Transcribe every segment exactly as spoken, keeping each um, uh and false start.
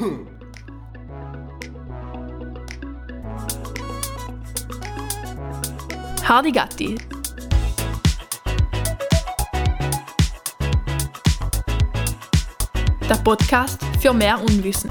Hardy Gatti. Der Podcast für mehr Unwissen.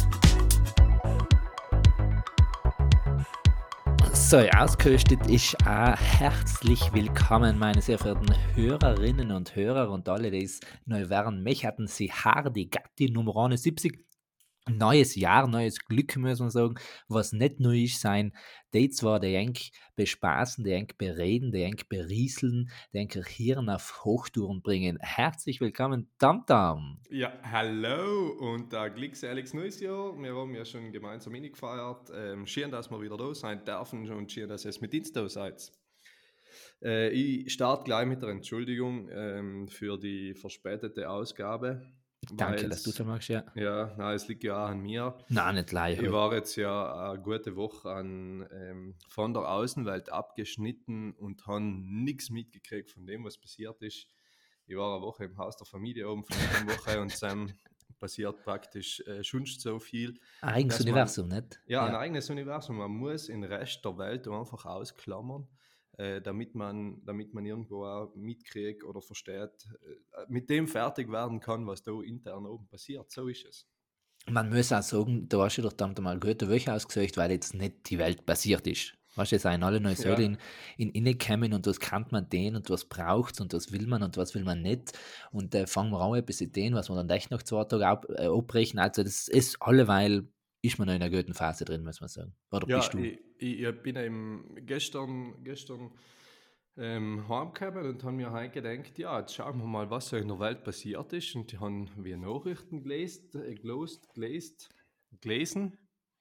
So, ausgerüstet ist auch herzlich willkommen, meine sehr verehrten Hörerinnen und Hörer und alle, die es neu wären. Mich hatten sie Hardy Gatti Nummer einundsiebzig. Neues Jahr, neues Glück, muss man sagen. Was nicht neu ist, sein, die zwar die eigentlich bespaßen, die eigentlich bereden, die eigentlich berieseln, die eigentlich Hirn auf Hochtouren bringen. Herzlich willkommen, Tamtam. Ja, hallo und äh, glückseliges neues Jahr. Wir haben ja schon gemeinsam gefeiert. Ähm, schön, dass wir wieder da sein dürfen und schön, dass ihr es mit uns da seid. Äh, ich starte gleich mit der Entschuldigung ähm, für die verspätete Ausgabe. Danke, dass du so magst, ja. Ja, nein, es liegt ja auch an mir. Nein, nicht leider. Ich war jetzt ja eine gute Woche an, ähm, von der Außenwelt abgeschnitten und habe nichts mitgekriegt von dem, was passiert ist. Ich war eine Woche im Haus der Familie oben von einer Woche und dann passiert praktisch äh, schon so viel. Ein eigenes Universum, man, nicht? Ja, ja, ein eigenes Universum. Man muss den Rest der Welt einfach ausklammern, äh, damit, man, damit man irgendwo auch mitkriegt oder versteht, äh, mit dem fertig werden kann, was da intern oben passiert. So ist es. Man muss auch sagen, da hast du doch dann mal gute Woche ausgesucht, weil jetzt nicht die Welt passiert ist. Weißt du, es sind alle neue Säule ja. in, in Innekommen und was kann man den und was braucht und was will man und was will man nicht. Und äh, fangen wir an, ein bisschen den, was wir dann echt noch zwei Tage ab, äh, abbrechen. Also, das ist alleweil, ist man noch in einer guten Phase drin, muss man sagen. Oder ja, bist du? Ich, ich, ich bin eben gestern, gestern ähm, heimgekommen und habe mir halt gedacht, ja, jetzt schauen wir mal, was so in der Welt passiert ist. Und ich habe wie Nachrichten gelesen, äh, gelesen, gelesen,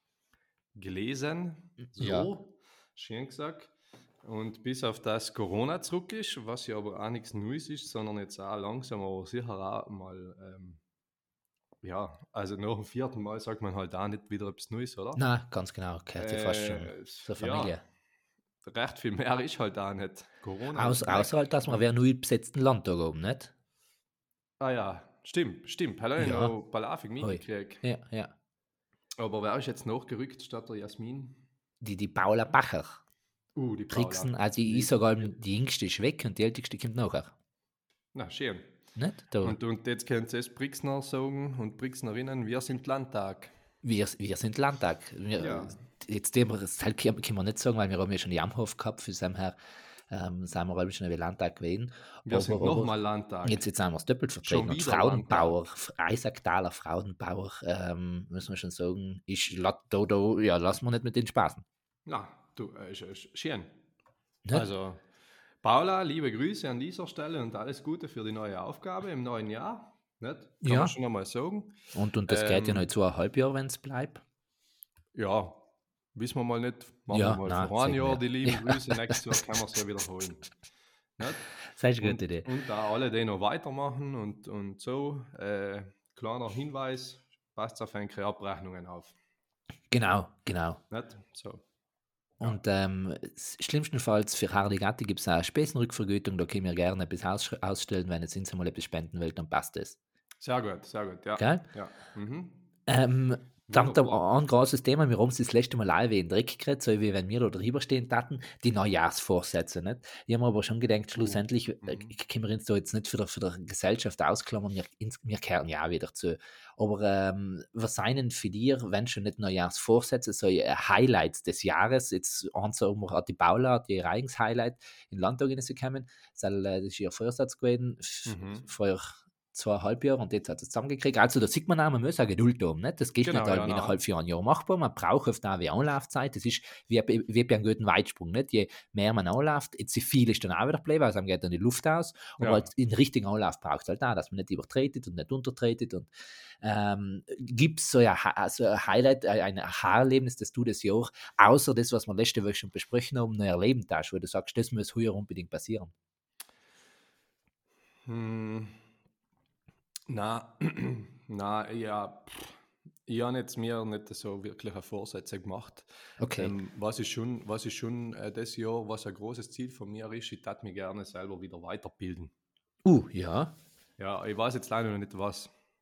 gelesen, so. Ja. Schön gesagt. Und bis auf das Corona zurück ist, was ja aber auch nichts Neues ist, sondern jetzt auch langsam, aber sicher auch mal, ähm, ja, also nach dem vierten Mal sagt man halt auch nicht wieder etwas Neues, oder? Nein, ganz genau, gehört ja äh, fast schon zur Familie. Ja, recht viel mehr ist halt auch nicht. Corona Aus, außer halt, dass man wer neu besetzten Landtag oben, nicht? Ah ja, stimmt, stimmt. Hallo, ja. noch Balafik mitgekriegt. Ja, ja. Aber wer ist jetzt nachgerückt statt der Jasmin? Die, die Paula Bacher. Uh, die Paula. Brixen, also ich, ich sage allem, die jüngste ist weg und die älteste kommt nachher. Na, schön. Nicht? Da. Und, und jetzt können Sie es Brixner sagen und Brixnerinnen, wir sind Landtag. Wir, wir sind Landtag. Wir, ja. Jetzt dem Teil können wir nicht sagen, weil wir haben ja schon die Amhof gehabt, für seinem Herr ähm, sind wir schon ein Landtag gewesen. Wir aber, sind nochmal Landtag. Jetzt, jetzt sind wir es doppelt vertreten. Und Frauenbauer, Eisacktaler Frauenbauer, ähm, müssen wir schon sagen, ist, da, da, ja, lassen wir nicht mit den Spaßen. Na, du, äh, ist, ist schön. Nicht? Also, Paula, liebe Grüße an dieser Stelle und alles Gute für die neue Aufgabe im neuen Jahr. Nicht? Kann ja. man schon einmal sagen. Und, und das ähm, geht ja noch zweieinhalb Jahre, wenn es bleibt. Ja, wissen wir mal nicht. Machen ja, wir mal nein, vor ein Jahr die lieben ja. Grüße. Nächstes Jahr können wir es ja wiederholen. Nicht? Das ist eine gute Idee. Und da alle, die noch weitermachen und, und so, äh, kleiner Hinweis, passt auf eure Abrechnungen auf. Genau, genau. Nicht? So. Und ähm, schlimmstenfalls für Hardy Gatti gibt es auch eine Spesenrückvergütung, da können wir gerne etwas aus- ausstellen, wenn jetzt uns mal etwas spenden will, dann passt das. Sehr gut, sehr gut, ja. Gell? Ja. Mhm. Ähm, dann ein großes Thema, wir haben es das letzte Mal auch in den Dreck gekriegt, so wie wenn wir da drüber stehen taten, die Neujahrsvorsätze. Nicht? Ich habe mir aber schon gedacht, schlussendlich uh, mhm. können wir uns da jetzt nicht für die, für die Gesellschaft ausklammern, wir, wir kehren ja auch wieder zu. Aber ähm, was seien denn für dich, wenn schon nicht Neujahrsvorsätze, so Highlights des Jahres, jetzt sagen wir, hat die Paula, die Reichens-Highlight in den Landtag hineinzukommen, das ist ihr Vorsatz gewesen, mhm. für zweieinhalb Jahre und jetzt hat es zusammengekriegt. Also da sieht man auch, man muss auch Geduld haben. Nicht? Das geht genau, nicht ja, innerhalb von einem Jahr machbar. Man braucht oft auch wie Anlaufzeit. Das ist wie, wie bei einem guten Weitsprung. Nicht? Je mehr man anläuft, jetzt viel ist dann auch wieder geblieben, also dann geht dann die Luft aus. Aber ja. halt in richtigen Anlauf braucht es halt auch, dass man nicht übertretet und nicht untertretet. Und ähm, gibt es so ein, so ein Highlight, ein Haarerlebnis, das du das Jahr, außer das, was wir letzte Woche schon besprochen haben, noch erleben darfst, wo du sagst, das muss heuer unbedingt passieren? Hm. Na, na, ja, ich habe jetzt mir nicht so wirklich Vorsätze gemacht. Okay. Ähm, was ist schon, was ist schon äh, das Jahr, was ein großes Ziel von mir ist, ich würde mich gerne selber wieder weiterbilden. Uh, ja. Ja, ich weiß jetzt leider noch nicht was.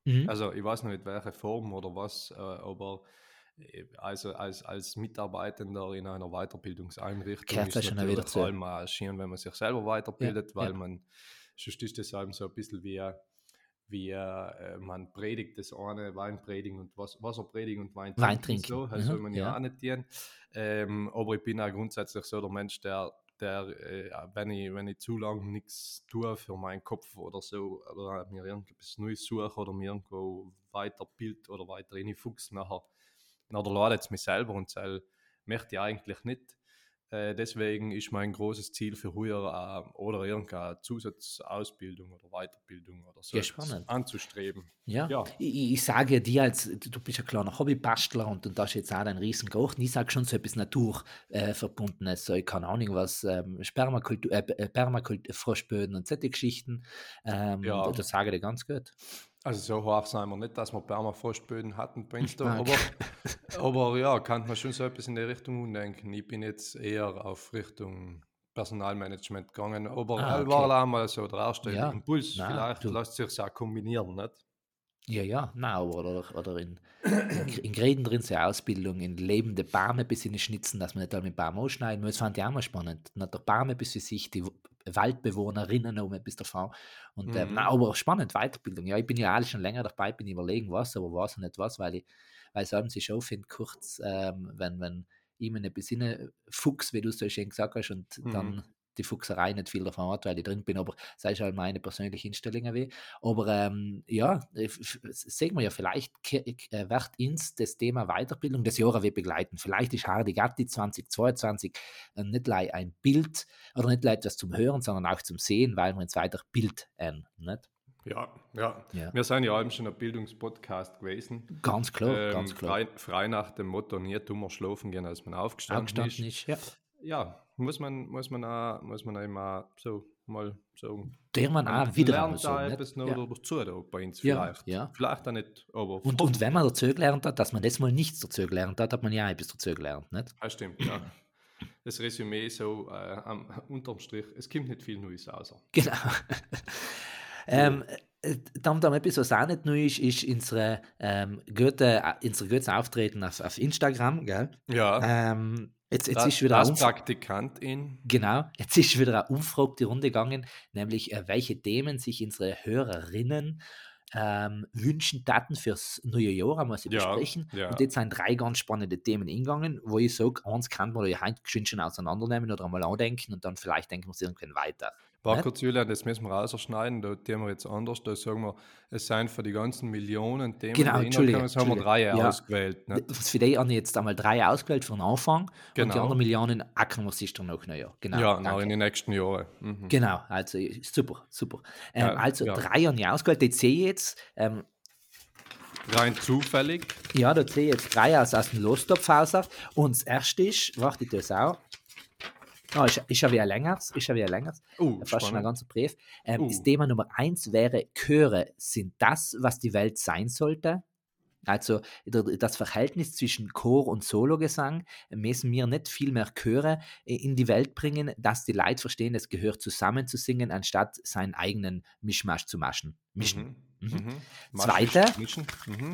Mhm. Also ich weiß noch nicht, welche Form oder was, äh, aber äh, also als, als Mitarbeitender in einer Weiterbildungseinrichtung Gehört ist das es schon auch wieder natürlich zu. allemal schön, wenn man sich selber Ja, weiterbildet, weil ja. man, sonst ist das eben so ein bisschen wie, wie äh, man predigt das eine, Wein predigen und was, Wasser predigen und Wein Wein trinken, trinken. so, das soll Mhm. man ja Ja. auch nicht tun. Ähm, aber ich bin auch grundsätzlich so der Mensch, der der, äh, wenn, ich, wenn ich zu lange nichts tue für meinen Kopf oder so, oder mir irgendwas Neues suche oder mir irgendwo weiter Bild oder weiter in die Fuchs nachher, nachher lade es mich selber und das möchte ich eigentlich nicht. Äh, deswegen ist mein großes Ziel für heuer äh, oder irgendeine Zusatzausbildung oder Weiterbildung oder so Ja, etwas spannend. anzustreben. Ja, Ja, ich, ich sage ja dir, als du bist ein kleiner Hobbybastler und, und da ist jetzt auch ein riesen Garten. Ich sage schon so etwas Naturverbundenes, so, ich keine Ahnung was, ähm, Spermakultur, äh, äh, Permakultur, Froschböden und solche Geschichten. Ähm, ja. das sage ich dir ganz gut. Also so hoch sind wir nicht, dass wir Permafrostböden hatten bei uns da, Ah, okay. aber, aber ja, kann man schon so etwas in die Richtung umdenken. Ich bin jetzt eher auf Richtung Personalmanagement gegangen, aber Ah, äh, war okay. auch mal so der erste Ja, Impuls. na, Vielleicht du. lässt sich auch kombinieren, nicht? Ja, ja, na, oder, oder in, in, Gr- in Gräden drin so eine Ausbildung, in lebende Bäume bis in die Schnitzen, dass man nicht alle mit Baum ausschneiden muss. Das fand ich auch mal spannend. Dann hat der Bäume bis für sich, die W- Waldbewohnerinnen um etwas davon. Und ähm, na, Mhm. aber auch spannend, Weiterbildung. Ja, ich bin ja alles schon länger dabei, bin überlegen, was, aber was und nicht was, weil ich, weil ich abends schon finde, kurz, ähm, wenn, wenn ich mir nicht besinne, Fuchs, wie du so schön gesagt hast, und Mhm. dann die Fuchserei nicht viel davon hat, weil ich drin bin, aber das ist halt meine persönliche Einstellung. Aber ähm, ja, äh, f- f- sehen wir ja, vielleicht ke- äh, wird uns das Thema Weiterbildung das Jahr auch begleiten. Vielleicht ist Hardy Gatti zwanzig zweiundzwanzig äh, nicht nur ein Bild oder nicht nur etwas zum Hören, sondern auch zum Sehen, weil wir uns weiter Bild ein. Nicht? Ja, ja. Ja, Wir sind ja eben schon ein Bildungspodcast gewesen. ganz klar, ganz Ähm, klar. frei, frei nach dem Motto, nie dummer schlafen gehen, als man aufgestanden Aufgestanden ist. ist, ja. Ja, muss man, muss man, auch, muss man immer so mal sagen. Der man Man auch wieder einmal lernt da sagen, nicht? etwas noch Ja, dazu da bei uns ja, vielleicht. ja. Vielleicht auch nicht, aber Und, und wenn man hoffentlich. dazu gelernt hat, dass man das mal nichts dazu gelernt hat, hat man ja auch etwas dazu gelernt, nicht? Das stimmt, ja. Das Resümee so äh, am, unterm Strich, es kommt nicht viel Neues raus. Genau. ähm, äh, dann, dann etwas, was auch nicht neu ist, ist unsere, ähm, gute, äh, unsere gutes Auftreten auf, auf Instagram. Gell? Ja, Ähm, jetzt, jetzt das, ist wieder eine das Umf Praktikantin. genau, jetzt ist wieder eine Umfrage die Runde gegangen, nämlich äh, welche Themen sich unsere Hörerinnen ähm, wünschen Daten fürs neue Jahr, einmal sie Ja, besprechen. Und ja. jetzt sind drei ganz spannende Themen hingegangen, wo ich sage, eins kann man ja heute geschwind schon auseinandernehmen oder einmal andenken und dann vielleicht denken wir es irgendwann weiter. War Nicht? kurz, Julian, das müssen wir rausschneiden, da tun wir jetzt anders. Da sagen wir, es seien für die ganzen Millionen Themen, Genau, die Entschuldige, reinkommen, haben wir Entschuldige. drei Ja, ausgewählt. Nicht? für die habe ich jetzt einmal drei ausgewählt für den Anfang und die anderen Genau. Millionen ackern wir sich dann noch. Ja, genau, Ja, noch in danke. den nächsten Jahren. Mhm. Genau, also super, super. Ähm, Ja, also ja. drei habe ich ausgewählt, die sehe ich jetzt. Ähm, Rein zufällig. ja, da sehe ich jetzt drei aus, aus dem Lostopf raus. Und das erste ist, warte, ich tue es auch. Oh, ist, ist ja wie ein längeres, ist ja wie ein längeres. Uh, Fast schon ein spannend. ganzer Brief. Ähm, Uh. Das Thema Nummer eins wäre, Chöre sind das, was die Welt sein sollte. Also der- das Verhältnis zwischen Chor und Sologesang müssen wir nicht viel mehr Chöre äh, in die Welt bringen, dass die Leute verstehen, es gehört zusammen zu singen, anstatt seinen eigenen Mischmasch zu maschen. Mischen. Mhm. Mhm. Mhm. Zweite, Mischen. Mhm.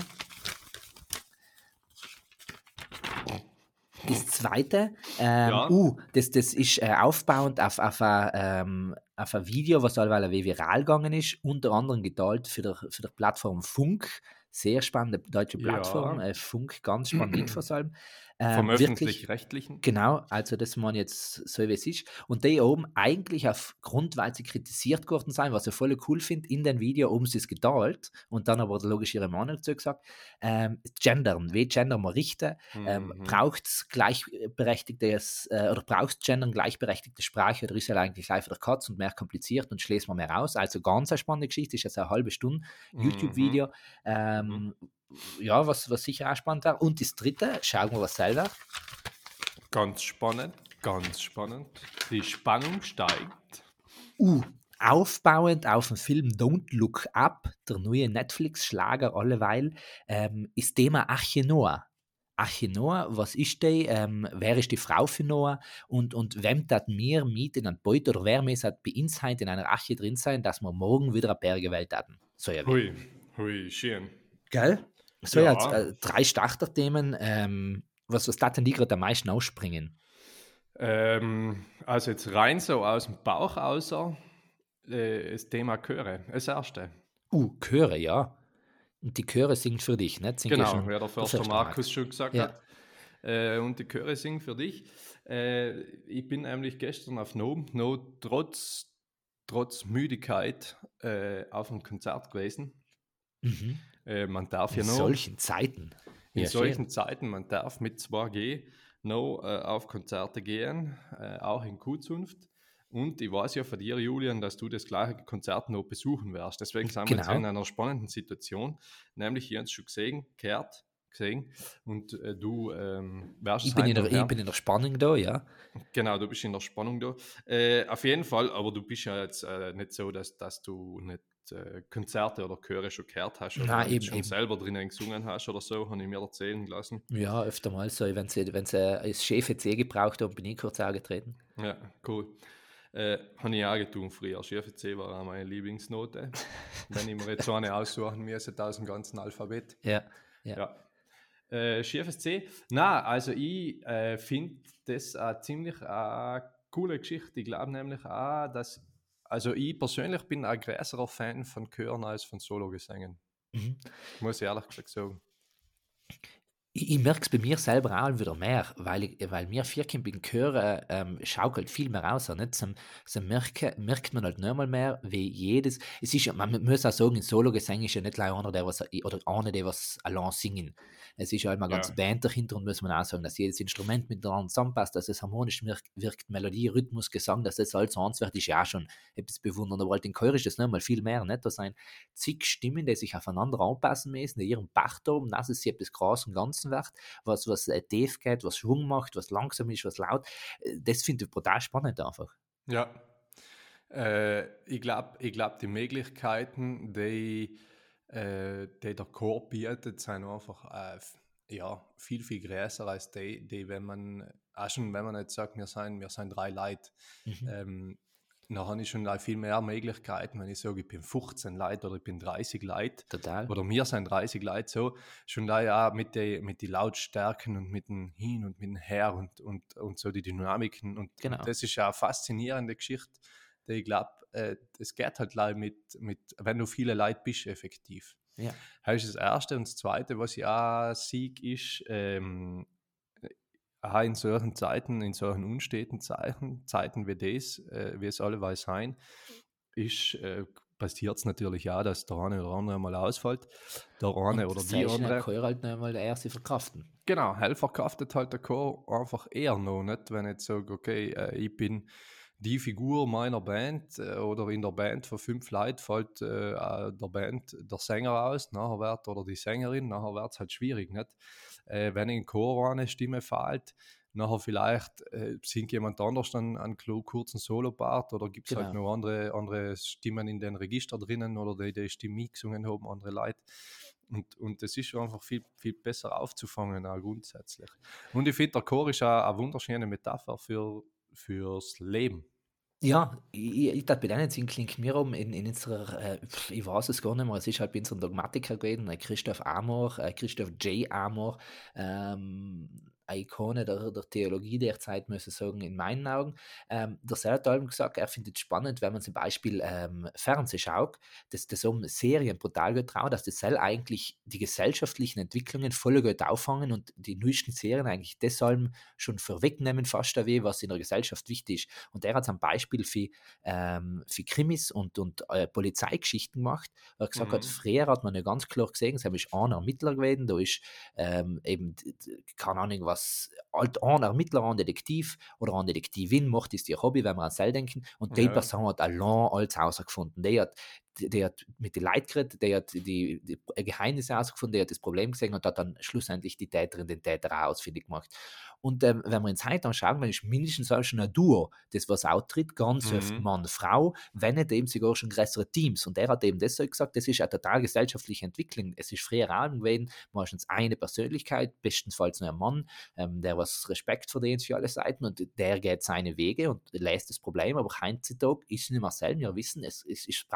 das zweite, ähm, Ja. uh, das, das ist äh, aufbauend auf, auf, ein, ähm, auf ein Video, was allweil wie viral gegangen ist, unter anderem geteilt für die für der Plattform Funk. Sehr spannende deutsche Plattform, Ja. äh, Funk, ganz spannende Infos allem. Ähm, Vom wirklich, Öffentlich-Rechtlichen. genau, also das man jetzt so wie es ist. Und die oben eigentlich aufgrund, weil sie kritisiert worden sind, was ich voll cool finde, in dem Video oben sie es geteilt und dann aber logisch ihre Meinung dazu gesagt, ähm, gendern, wie gendern wir richten, ähm, Mhm. braucht es gleichberechtigtes, äh, oder braucht gendern gleichberechtigte Sprache oder ist ja eigentlich gleich für der Katz und mehr kompliziert und schließen wir mehr raus. Also ganz eine spannende Geschichte, ist jetzt eine halbe Stunde YouTube-Video, Mhm. ähm, ja, was, was sicher auch spannend war. Und das dritte, schauen wir was selber. Ganz spannend, ganz spannend. Die Spannung steigt. Uh, aufbauend auf dem Film Don't Look Up, der neue Netflix-Schlager alleweil, ähm, ist Thema Arche Noah. Arche Noah, was ist die? Ähm, wer ist die Frau für Noah? Und, und wem tat mir mit in ein Beut oder wer muss bei uns heute in einer Arche drin sein, dass wir morgen wieder eine Berge Welt hatten? So ja wie. Hui, Hui, schön. Gell? So, Ja. jetzt äh, drei Starterthemen. Ähm, was, was da denn die gerade am meisten ausspringen? Ähm, also jetzt rein so aus dem Bauch außer äh, das Thema Chöre, das erste. Uh, Chöre, ja. Und die Chöre singt für dich, ne? Singt ja Genau, schon wie der der Förster Förster Markus Markus. schon gesagt Ja. hat. Äh, und die Chöre singen für dich. Äh, ich bin nämlich gestern auf No, no trotz, trotz Müdigkeit äh, auf einem Konzert gewesen. Mhm. Äh, man darf In ja noch, solchen Zeiten. in Ja, solchen schön. Zeiten, man darf mit zwei G noch äh, auf Konzerte gehen, äh, auch in Kurzunft. Und ich weiß ja von dir, Julian, dass du das gleiche Konzert noch besuchen wirst. Deswegen sind wir jetzt in Genau. einer spannenden Situation. Nämlich, ihr habt es schon gesehen, gehört, gesehen. Und äh, du ähm, wirst Ich es bin, heute in der, noch ich hören. bin in der Spannung da, ja. Genau, du bist in der Spannung da. Äh, auf jeden Fall, aber du bist ja jetzt äh, nicht so, dass, dass du nicht äh, Konzerte oder Chöre schon gehört hast oder Nein, nicht eben, schon eben. selber drinnen gesungen hast oder so, habe ich mir erzählen lassen. Ja, öfter mal so, wenn sie, wenn sie als Chef jetzt eh gebraucht haben, bin ich kurz angetreten. Ja, cool. Äh, habe ich auch getan früher. Schärfe C war auch meine Lieblingsnote. Wenn ich mir jetzt so eine aussuchen müsste aus dem ganzen Alphabet. Ja, ja. Ja. Äh, Schiefes C. Na, also ich äh, finde das eine ziemlich äh, coole Geschichte. Ich glaube nämlich auch, dass, also ich persönlich bin ein größerer Fan von Chören als von Sologesängen. Mhm. Muss ich ehrlich gesagt sagen. Ich, ich merke es bei mir selber auch wieder mehr, weil, ich, weil mir Vierkämpfigen Chöre ähm, schaukelt viel mehr aus. Nicht? So, so merke, merkt man halt nicht mal mehr, wie jedes. Es ist, ja- man muss auch sagen, in Solo-Gesang ist ja nicht gleich einer, der was, oder einer, der was allein singen. Es ist ja halt mal eine ganze Ja. Band dahinter und muss man auch sagen, dass jedes Instrument miteinander zusammenpasst, dass es harmonisch wirkt, wirkt Melodie, Rhythmus, Gesang, dass das alles eins wird, ist ja auch schon etwas bewundern. Aber halt in Chor ist das nicht mal viel mehr. Nicht? Da sind zig Stimmen, die sich aufeinander anpassen müssen, in ihrem Bach oben, dass es etwas Groß und Ganzen wird, was, was äh, tief geht, was Schwung macht, was langsam ist, was laut. Äh, Das finde ich brutal spannend einfach. Ja. Äh, ich glaube, ich glaub, die Möglichkeiten, die, äh, die der Chor bietet, sind einfach äh, f- ja, viel, viel größer als die, die, wenn man, auch schon wenn man jetzt sagt, wir sind, wir sind drei Leute, Mhm. ähm, dann habe ich schon auch viel mehr Möglichkeiten, wenn ich sage, ich bin fünfzehn Leute oder ich bin dreißig Leute Total. oder wir sind dreißig Leute, so, schon da ja mit den mit die Lautstärken und mit dem Hin und mit dem Her und, und, und so die Dynamiken und, Genau. und das ist ja eine faszinierende Geschichte, die ich glaube, äh, es geht halt leider mit, mit, wenn du viele Leute bist, effektiv. Ja. Das ist das Erste. Und das Zweite, was ich auch sehe, ist, ähm, auch in solchen Zeiten, in solchen unsteten Zeiten, Zeiten wie das, äh, wie es alleweil sein, ist, äh, passiert es natürlich auch, dass der eine oder andere mal ausfällt. Der eine Und oder das die heißt, der andere. Chor halt nicht mal eher sie verkraften. Genau, hell verkraftet halt der Chor einfach eher noch nicht, wenn ich jetzt sage, okay, äh, ich bin die Figur meiner Band äh, oder in der Band von fünf Leuten fällt äh, äh, der Band der Sänger aus, nachher wird oder die Sängerin, nachher wird es halt schwierig, nicht? Äh, wenn in Chor eine Stimme fällt, nachher vielleicht äh, singt jemand anders dann einen klo- kurzen Solopart oder gibt es halt Genau. noch andere, andere Stimmen in den Register drinnen oder die die Stimme gesungen haben, andere Leute. Und, und das ist schon einfach viel, viel besser aufzufangen, auch grundsätzlich. Und ich finde, der Chor ist auch eine wunderschöne Metapher für, fürs Leben. Ja, ich, ich dachte, bei denen sind klingt mir um in, in unserer, äh, pf, ich weiß es gar nicht mehr, es ist halt bei unserem Dogmatiker gewesen, äh, Christoph Amor, äh, Christoph J. Amor, ähm, eine Ikone der, der Theologie derzeit, muss ich sagen, in meinen Augen. Ähm, der selber hat allem gesagt, er findet es spannend, wenn man zum Beispiel ähm, Fernsehen schaut, dass das um Serien brutal gut traut, dass das soll eigentlich die gesellschaftlichen Entwicklungen voll gut auffangen und die neuesten Serien eigentlich deshalb schon vorwegnehmen, fast wie, was in der Gesellschaft wichtig ist. Und er hat ein Beispiel für, ähm, für Krimis und, und äh, Polizeigeschichten gemacht, wo er gesagt hat, Mhm. früher hat man ja ganz klar gesehen, es ist ein Ermittler gewesen, da ist ähm, eben, keine Ahnung was, alt ein Ermittler, ein Detektiv oder eine Detektivin macht, ist ihr Hobby, wenn wir an Sell denken, und die Ja. Person hat allein alles herausgefunden. Die hat die, die hat mit den Leuten geredet, die hat die, die Geheimnisse herausgefunden, die hat das Problem gesehen und hat dann schlussendlich die Täterin, den Täter auch ausfindig gemacht. Und ähm, wenn wir ins heute anschauen, dann ist mindestens auch schon ein Duo, das was auftritt, ganz Mhm. oft Mann, Frau, wenn nicht eben sogar schon größere Teams. Und er hat eben deshalb gesagt, das ist eine total gesellschaftliche Entwicklung. Es ist früher auch gewesen, meistens eine Persönlichkeit, bestenfalls nur ein Mann, ähm, der was Respekt verdient für alle Seiten und der geht seine Wege und lässt das Problem, aber heutzutage ist es nicht mehr selten. Wir wissen, es, es, es braucht das Kollegium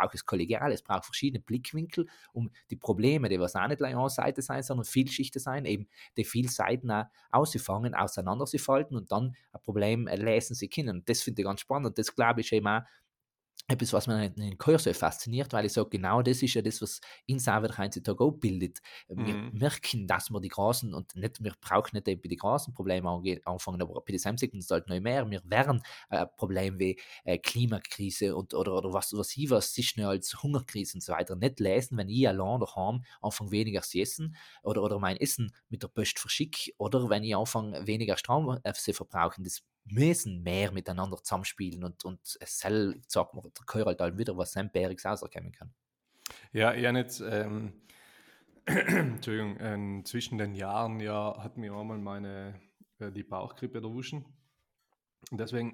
kollegial, es braucht verschiedene Blickwinkel, um die Probleme, die was auch nicht eine Seite sein, sondern Vielschichten sein, eben die vielen Seiten auch auszufangen, auseinanderzufalten und dann ein Problem äh, lesen sie können. Und das finde ich ganz spannend und das glaube ich eben auch etwas, was mich in den Chor so fasziniert, weil ich sage, genau das ist ja das, was uns auch heutzutage auch bildet. Wir Mhm. merken, dass wir die großen, und nicht, wir brauchen nicht eben bei den großen Problemen ange- anfangen, aber bei den Samsigen ist es halt noch mehr. Wir werden ein Problem wie äh, Klimakrise und, oder, oder was, was ich was ist schnell als Hungerkrise und so weiter nicht lesen, wenn ich allein daheim anfange weniger zu essen oder, oder mein Essen mit der Post verschicke oder wenn ich anfange weniger Strom äh, zu verbrauchen. Das müssen mehr miteinander zusammenspielen und, und es soll, sagt man, der Chor halt halt wieder was Semperig rauskommen kann. Ja, ich habe jetzt, ähm, Entschuldigung, ähm, zwischen den Jahren ja hat mir einmal meine, äh, die Bauchgrippe erwischen. Und deswegen,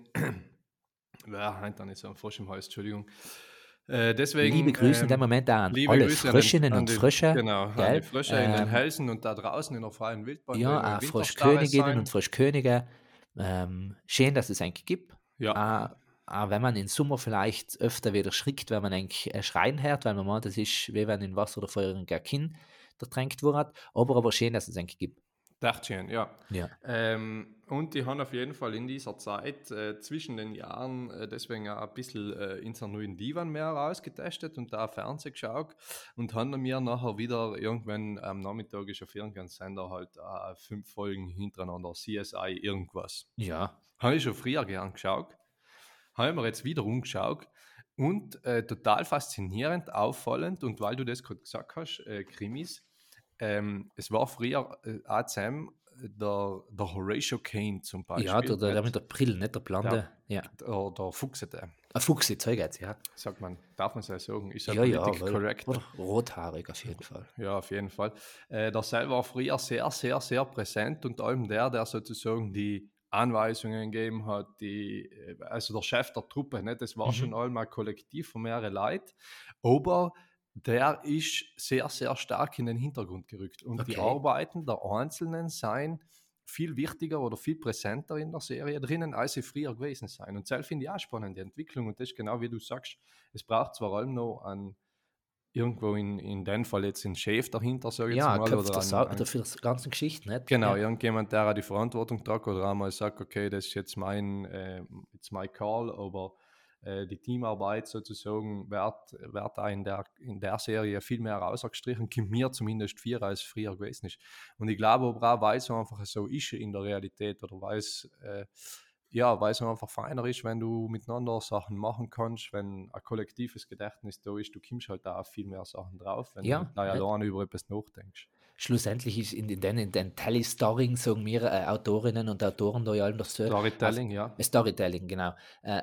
ja, halt dann ist so ein Frosch im Hals, Entschuldigung. Äh, Liebe deswegen, Grüße in dem ähm, Moment auch an liebe alle Grüße an, den, Fröschinnen an und die, Frösche, genau, an die gell? Frösche in den Ähm, Hälsen und da draußen in der freien Wildbahn, die immer ja, im auch Winterstarre Froschköniginnen und sein. Froschkönige. Ähm, schön, dass es eigentlich gibt. Ja, Auch, auch wenn man im Sommer vielleicht öfter wieder schrickt, wenn man eigentlich äh, schreien hört, weil man meint, das ist, wie wenn in Wasser oder Feuer ein Kind ertränkt wurde. Aber, aber schön, dass es eigentlich gibt. dachte ich, ja. Ja. Ähm, und die haben auf jeden Fall in dieser Zeit äh, zwischen den Jahren äh, deswegen auch ein bisschen äh, in seinen neuen Divan mehr ausgetestet und da Fernsehen geschaut und haben mir nachher wieder irgendwann am Nachmittag ist auf irgendeinem Sender halt äh, fünf Folgen hintereinander C S I irgendwas. Ja. Habe ich schon früher gern geschaut, habe ich mir jetzt wieder umgeschaut und äh, total faszinierend, auffallend und weil du das gerade gesagt hast, äh, Krimis, ähm, es war früher äh, A C M, äh, der, der Horatio Kane zum Ja, der, Beispiel, der, der mit nicht? der Brille, nicht der Der, Blonde. Ja. der, der Fuchsete, Ein Fuchs, jetzt jetzt, ja. sagt man, darf man es ja sagen, ist ja Ja, ja, politisch weil, korrekt. oder rothaarig auf jeden Fall. Ja, auf jeden Fall. Äh, der Sel war früher sehr, sehr, sehr präsent und allem der, der sozusagen die Anweisungen gegeben hat, die, äh, also der Chef der Truppe, ne, das war schon Mhm. einmal kollektiv von mehreren Leuten, aber der ist sehr, sehr stark in den Hintergrund gerückt und die Okay. Arbeiten der Einzelnen seien viel wichtiger oder viel präsenter in der Serie drinnen, als sie früher gewesen sein. Und das finde ich auch spannend, die Entwicklung und das ist genau wie du sagst, es braucht zwar allem noch an irgendwo in, in dem Fall jetzt ein Chef dahinter, sage ich jetzt Ja, mal, Köpf oder der an, Sau, an dafür die ganzen Geschichten, nicht? genau, Ja. irgendjemand, der auch die Verantwortung trägt oder einmal sagt, okay, das ist jetzt mein, äh, jetzt mein Call, aber äh, die Teamarbeit sozusagen wird, wird auch in der, in der Serie viel mehr rausgestrichen, kommt mir zumindest viel, als früher gewesen ist. Und ich glaube aber auch, weil es einfach so ist in der Realität oder weil es äh, ja, weil es einfach feiner ist, wenn du miteinander Sachen machen kannst, wenn ein kollektives Gedächtnis da ist, du kommst halt da auf viel mehr Sachen drauf, wenn du Ja, nicht gleich nicht? alleine über etwas nachdenkst. Schlussendlich ist in den, in den Telestorring, sagen wir äh, Autorinnen und Autoren da ja allem das so, auf Storytelling, ja. Storytelling, genau. Äh,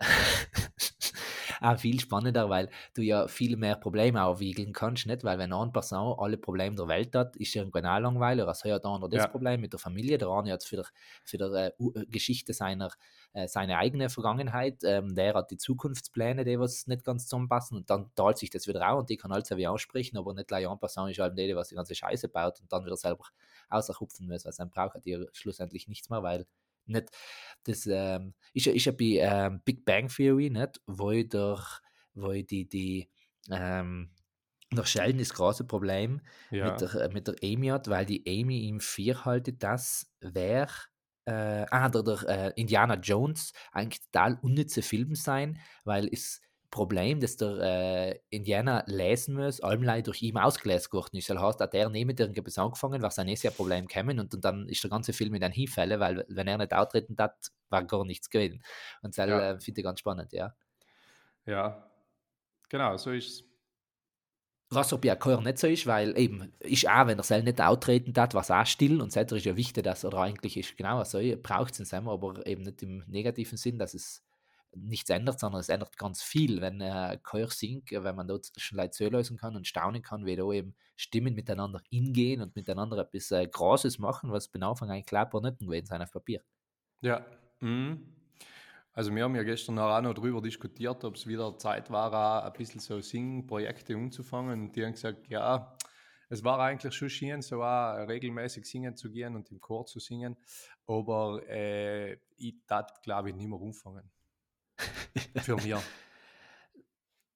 auch viel spannender, weil du ja viel mehr Probleme aufwiegeln kannst, nicht? Weil wenn eine Person alle Probleme der Welt hat, ist irgendwann auch langweilig. Also hat der andere das Ja, Problem mit der Familie, der eine hat für, der- für die äh, U- äh, Geschichte seiner, äh, seine eigene Vergangenheit, ähm, der hat die Zukunftspläne, die was nicht ganz zusammenpassen und dann teilt sich das wieder auf und die kann alles wie aussprechen, aber nicht gleich eine Person ist halt die, die was die ganze Scheiße baut und dann wieder selber außerhupfen muss, weil dann braucht die schlussendlich nichts mehr, weil nicht das ähm, ist ja, ist ja bei ähm, Big Bang Theory, nicht, wo ich durch, wo ich die, die ähm, der Sheldon das große Problem mit ja, der, äh, mit der Amy hat, weil die Amy ihm vorhaltet, dass wer äh, ah, der, der äh, Indiana Jones eigentlich total unnütze Film sein, weil es Problem, das der äh, Indiana lesen muss, allem durch ihn ausgelesen worden ist. Das heißt, auch der neben irgendetwas angefangen, was ein nächstes Problem kämen und, und dann ist der ganze Film in den Hinfälle, weil wenn er nicht auftreten hat, war gar nichts gewesen. Und das ja, äh, finde ich ganz spannend, ja. ja. Genau, so ist es. Was ob ja Chor nicht so ist, weil eben, ist auch, wenn er selber nicht auftreten hat, was auch still und so ist ja wichtig, dass er eigentlich ist, genau so, braucht es in selber, aber eben nicht im negativen Sinn, dass es nichts ändert, sondern es ändert ganz viel, wenn äh, Chor singt, wenn man dort schon Leute zulösen kann und staunen kann, wie da eben Stimmen miteinander ingehen und miteinander etwas äh, Großes machen, was bei Anfang ein Klapper nicht gewesen sein auf Papier. Ja. Mhm. Also wir haben ja gestern auch noch darüber diskutiert, ob es wieder Zeit war, auch ein bisschen so Singprojekte umzufangen. Und die haben gesagt, ja, es war eigentlich schon schön, so auch regelmäßig singen zu gehen und im Chor zu singen. Aber äh, ich tat, glaube ich, nicht mehr umfangen. Für mich.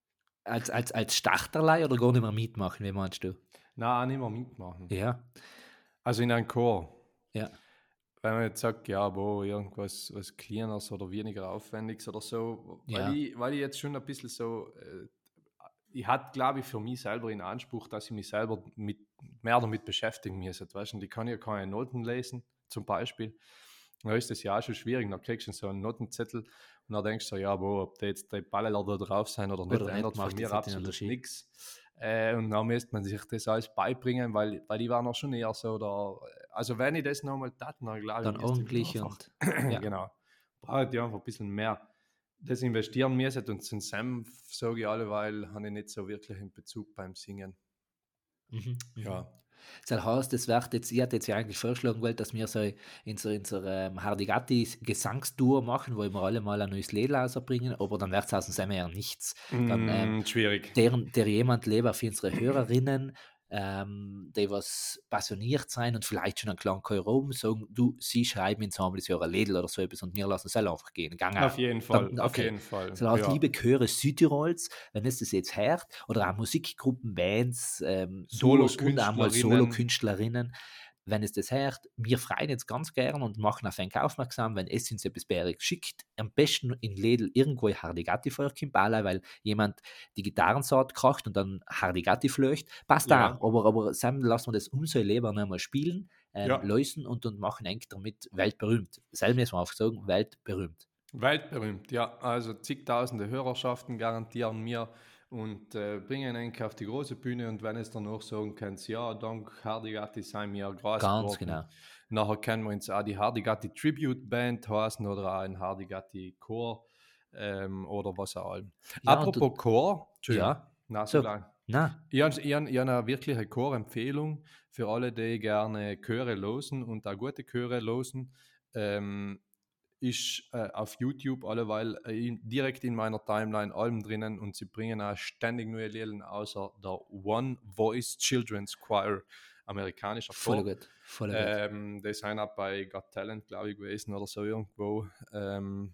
als, als, als Starterlei oder gar nicht mehr mitmachen, wie meinst du? Nein, auch nicht mehr mitmachen. Ja, Also in einem Chor. ja, Wenn man jetzt sagt, ja, wo irgendwas was Kleineres oder weniger Aufwendiges oder so, weil, ja, ich, weil ich jetzt schon ein bisschen so, äh, ich hatte, glaube ich, für mich selber in Anspruch, dass ich mich selber mit, mehr damit beschäftigen muss. Weißt? Und ich kann ja keine Noten lesen, zum Beispiel. Da ist das ja auch schon schwierig. Dann kriegst du so einen Notenzettel und dann denkst du, ja, wo, ob da jetzt die Ballen da drauf sein oder nicht, oder nicht, ändert von macht mir jetzt nicht den absolut Unterschied. nichts. Äh, und dann müsste man sich das alles beibringen, weil, weil ich war noch schon eher so, da, also wenn ich das nochmal tat, dann glaube ich, Dann müsste ich ordentlich einfach, und ja. genau, brauche ich einfach ein bisschen mehr das investieren müssen und zum Senf, sage ich alle, weil habe ich nicht so wirklich einen Bezug beim Singen. Mhm, mhm. Ja. Das heißt, das wird jetzt, ich hatte jetzt ja eigentlich vorgeschlagen, wollt, dass wir so in so, in so ähm, Hardigatti Gesangstour machen, wo wir alle mal ein neues Lied rausbringen, aber dann wird es aus dem Semmer ja nichts. Dann ähm, Mm, schwierig. deren, der jemand lebt für unsere Hörerinnen, ähm, die was passioniert sein und vielleicht schon einen kleinen Chor sagen, du, sie schreiben ins Ensemble so ein Lied oder so etwas und wir lassen es selber einfach gehen. Gang Auf auch. jeden Fall, Dann, auf okay. jeden Fall. Das heißt, Ja. liebe Chöre Südtirols, wenn es das jetzt hört, oder auch Musikgruppen, Bands, ähm, Duos und auch mal Solokünstlerinnen. Solo-Künstlerinnen, wenn es das hört, wir freuen jetzt ganz gern und machen auf einen aufmerksam, wenn es uns etwas Bäriges schickt, am besten in Lädel irgendwo Hardigatti vorkommt, weil jemand die Gitarrensaat kracht und dann Hardigatti flöcht, passt Ja. auch, aber, aber Sam, lassen wir das umso lieber noch einmal spielen, ähm, Ja. lösen und, und machen eng damit weltberühmt. Selber müssen wir auch sagen, weltberühmt. Weltberühmt, ja. Also zigtausende Hörerschaften garantieren mir und äh, bringen einen auf die große Bühne und wenn es dann auch sagen könnt, ja, dank Hardigatti seien wir groß Ganz geworden. genau. Nachher können wir uns auch die Hardigatti Tribute Band heißen oder auch ein Hardigatti Chor ähm, oder was auch allem. Ja, Apropos und, Chor, Entschuldigung, ja, na so so, lang. na, Ich habe ich hab, ich hab eine wirkliche Chorempfehlung für alle, die gerne Chöre losen und auch gute Chöre losen. Ähm, ist äh, auf YouTube alleweil äh, in, direkt in meiner Timeline Alben drinnen und sie bringen auch ständig neue Lieder außer der One Voice Children's Choir, amerikanischer voll Chor. gut, voll gut. Ähm, die sind auch bei Got Talent, glaube ich, gewesen oder so irgendwo. Ähm,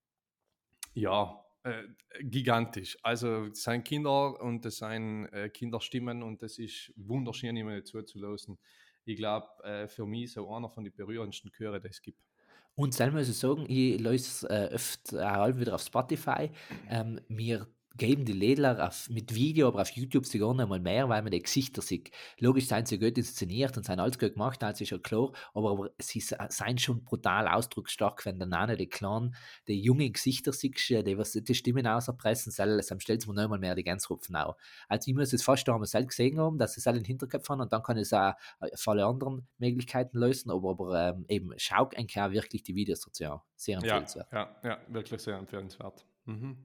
ja, äh, gigantisch. Also es sind Kinder und es sind äh, Kinderstimmen und es ist wunderschön, immer zuzulassen. Ich glaube, äh, für mich so einer von den berührendsten Chöre, die es gibt. Und selber muss ich sagen, ich löse äh, öfter auch wieder auf Spotify. Ähm, mir geben die Lädler auf, mit Video, aber auf YouTube sogar noch einmal mehr, weil man die Gesichter sieht. Logisch sind sie gut inszeniert und sind alles gut gemacht, das ist ja klar, aber, aber sie sind schon brutal ausdrucksstark, wenn dann auch die kleinen, die jungen Gesichter siehst, die was die Stimmen auserpressen, dann stellt es mir noch einmal mehr die Gänserufen auf. Also ich muss es fast einmal selbst gesehen haben, dass sie es alle in den Hinterkopf haben und dann kann ich es auch für alle anderen Möglichkeiten lösen, aber, aber ähm, eben, schau eigentlich auch wirklich die Videos dazu. Sehr empfehlenswert. Ja, ja, ja, wirklich sehr empfehlenswert. Mhm.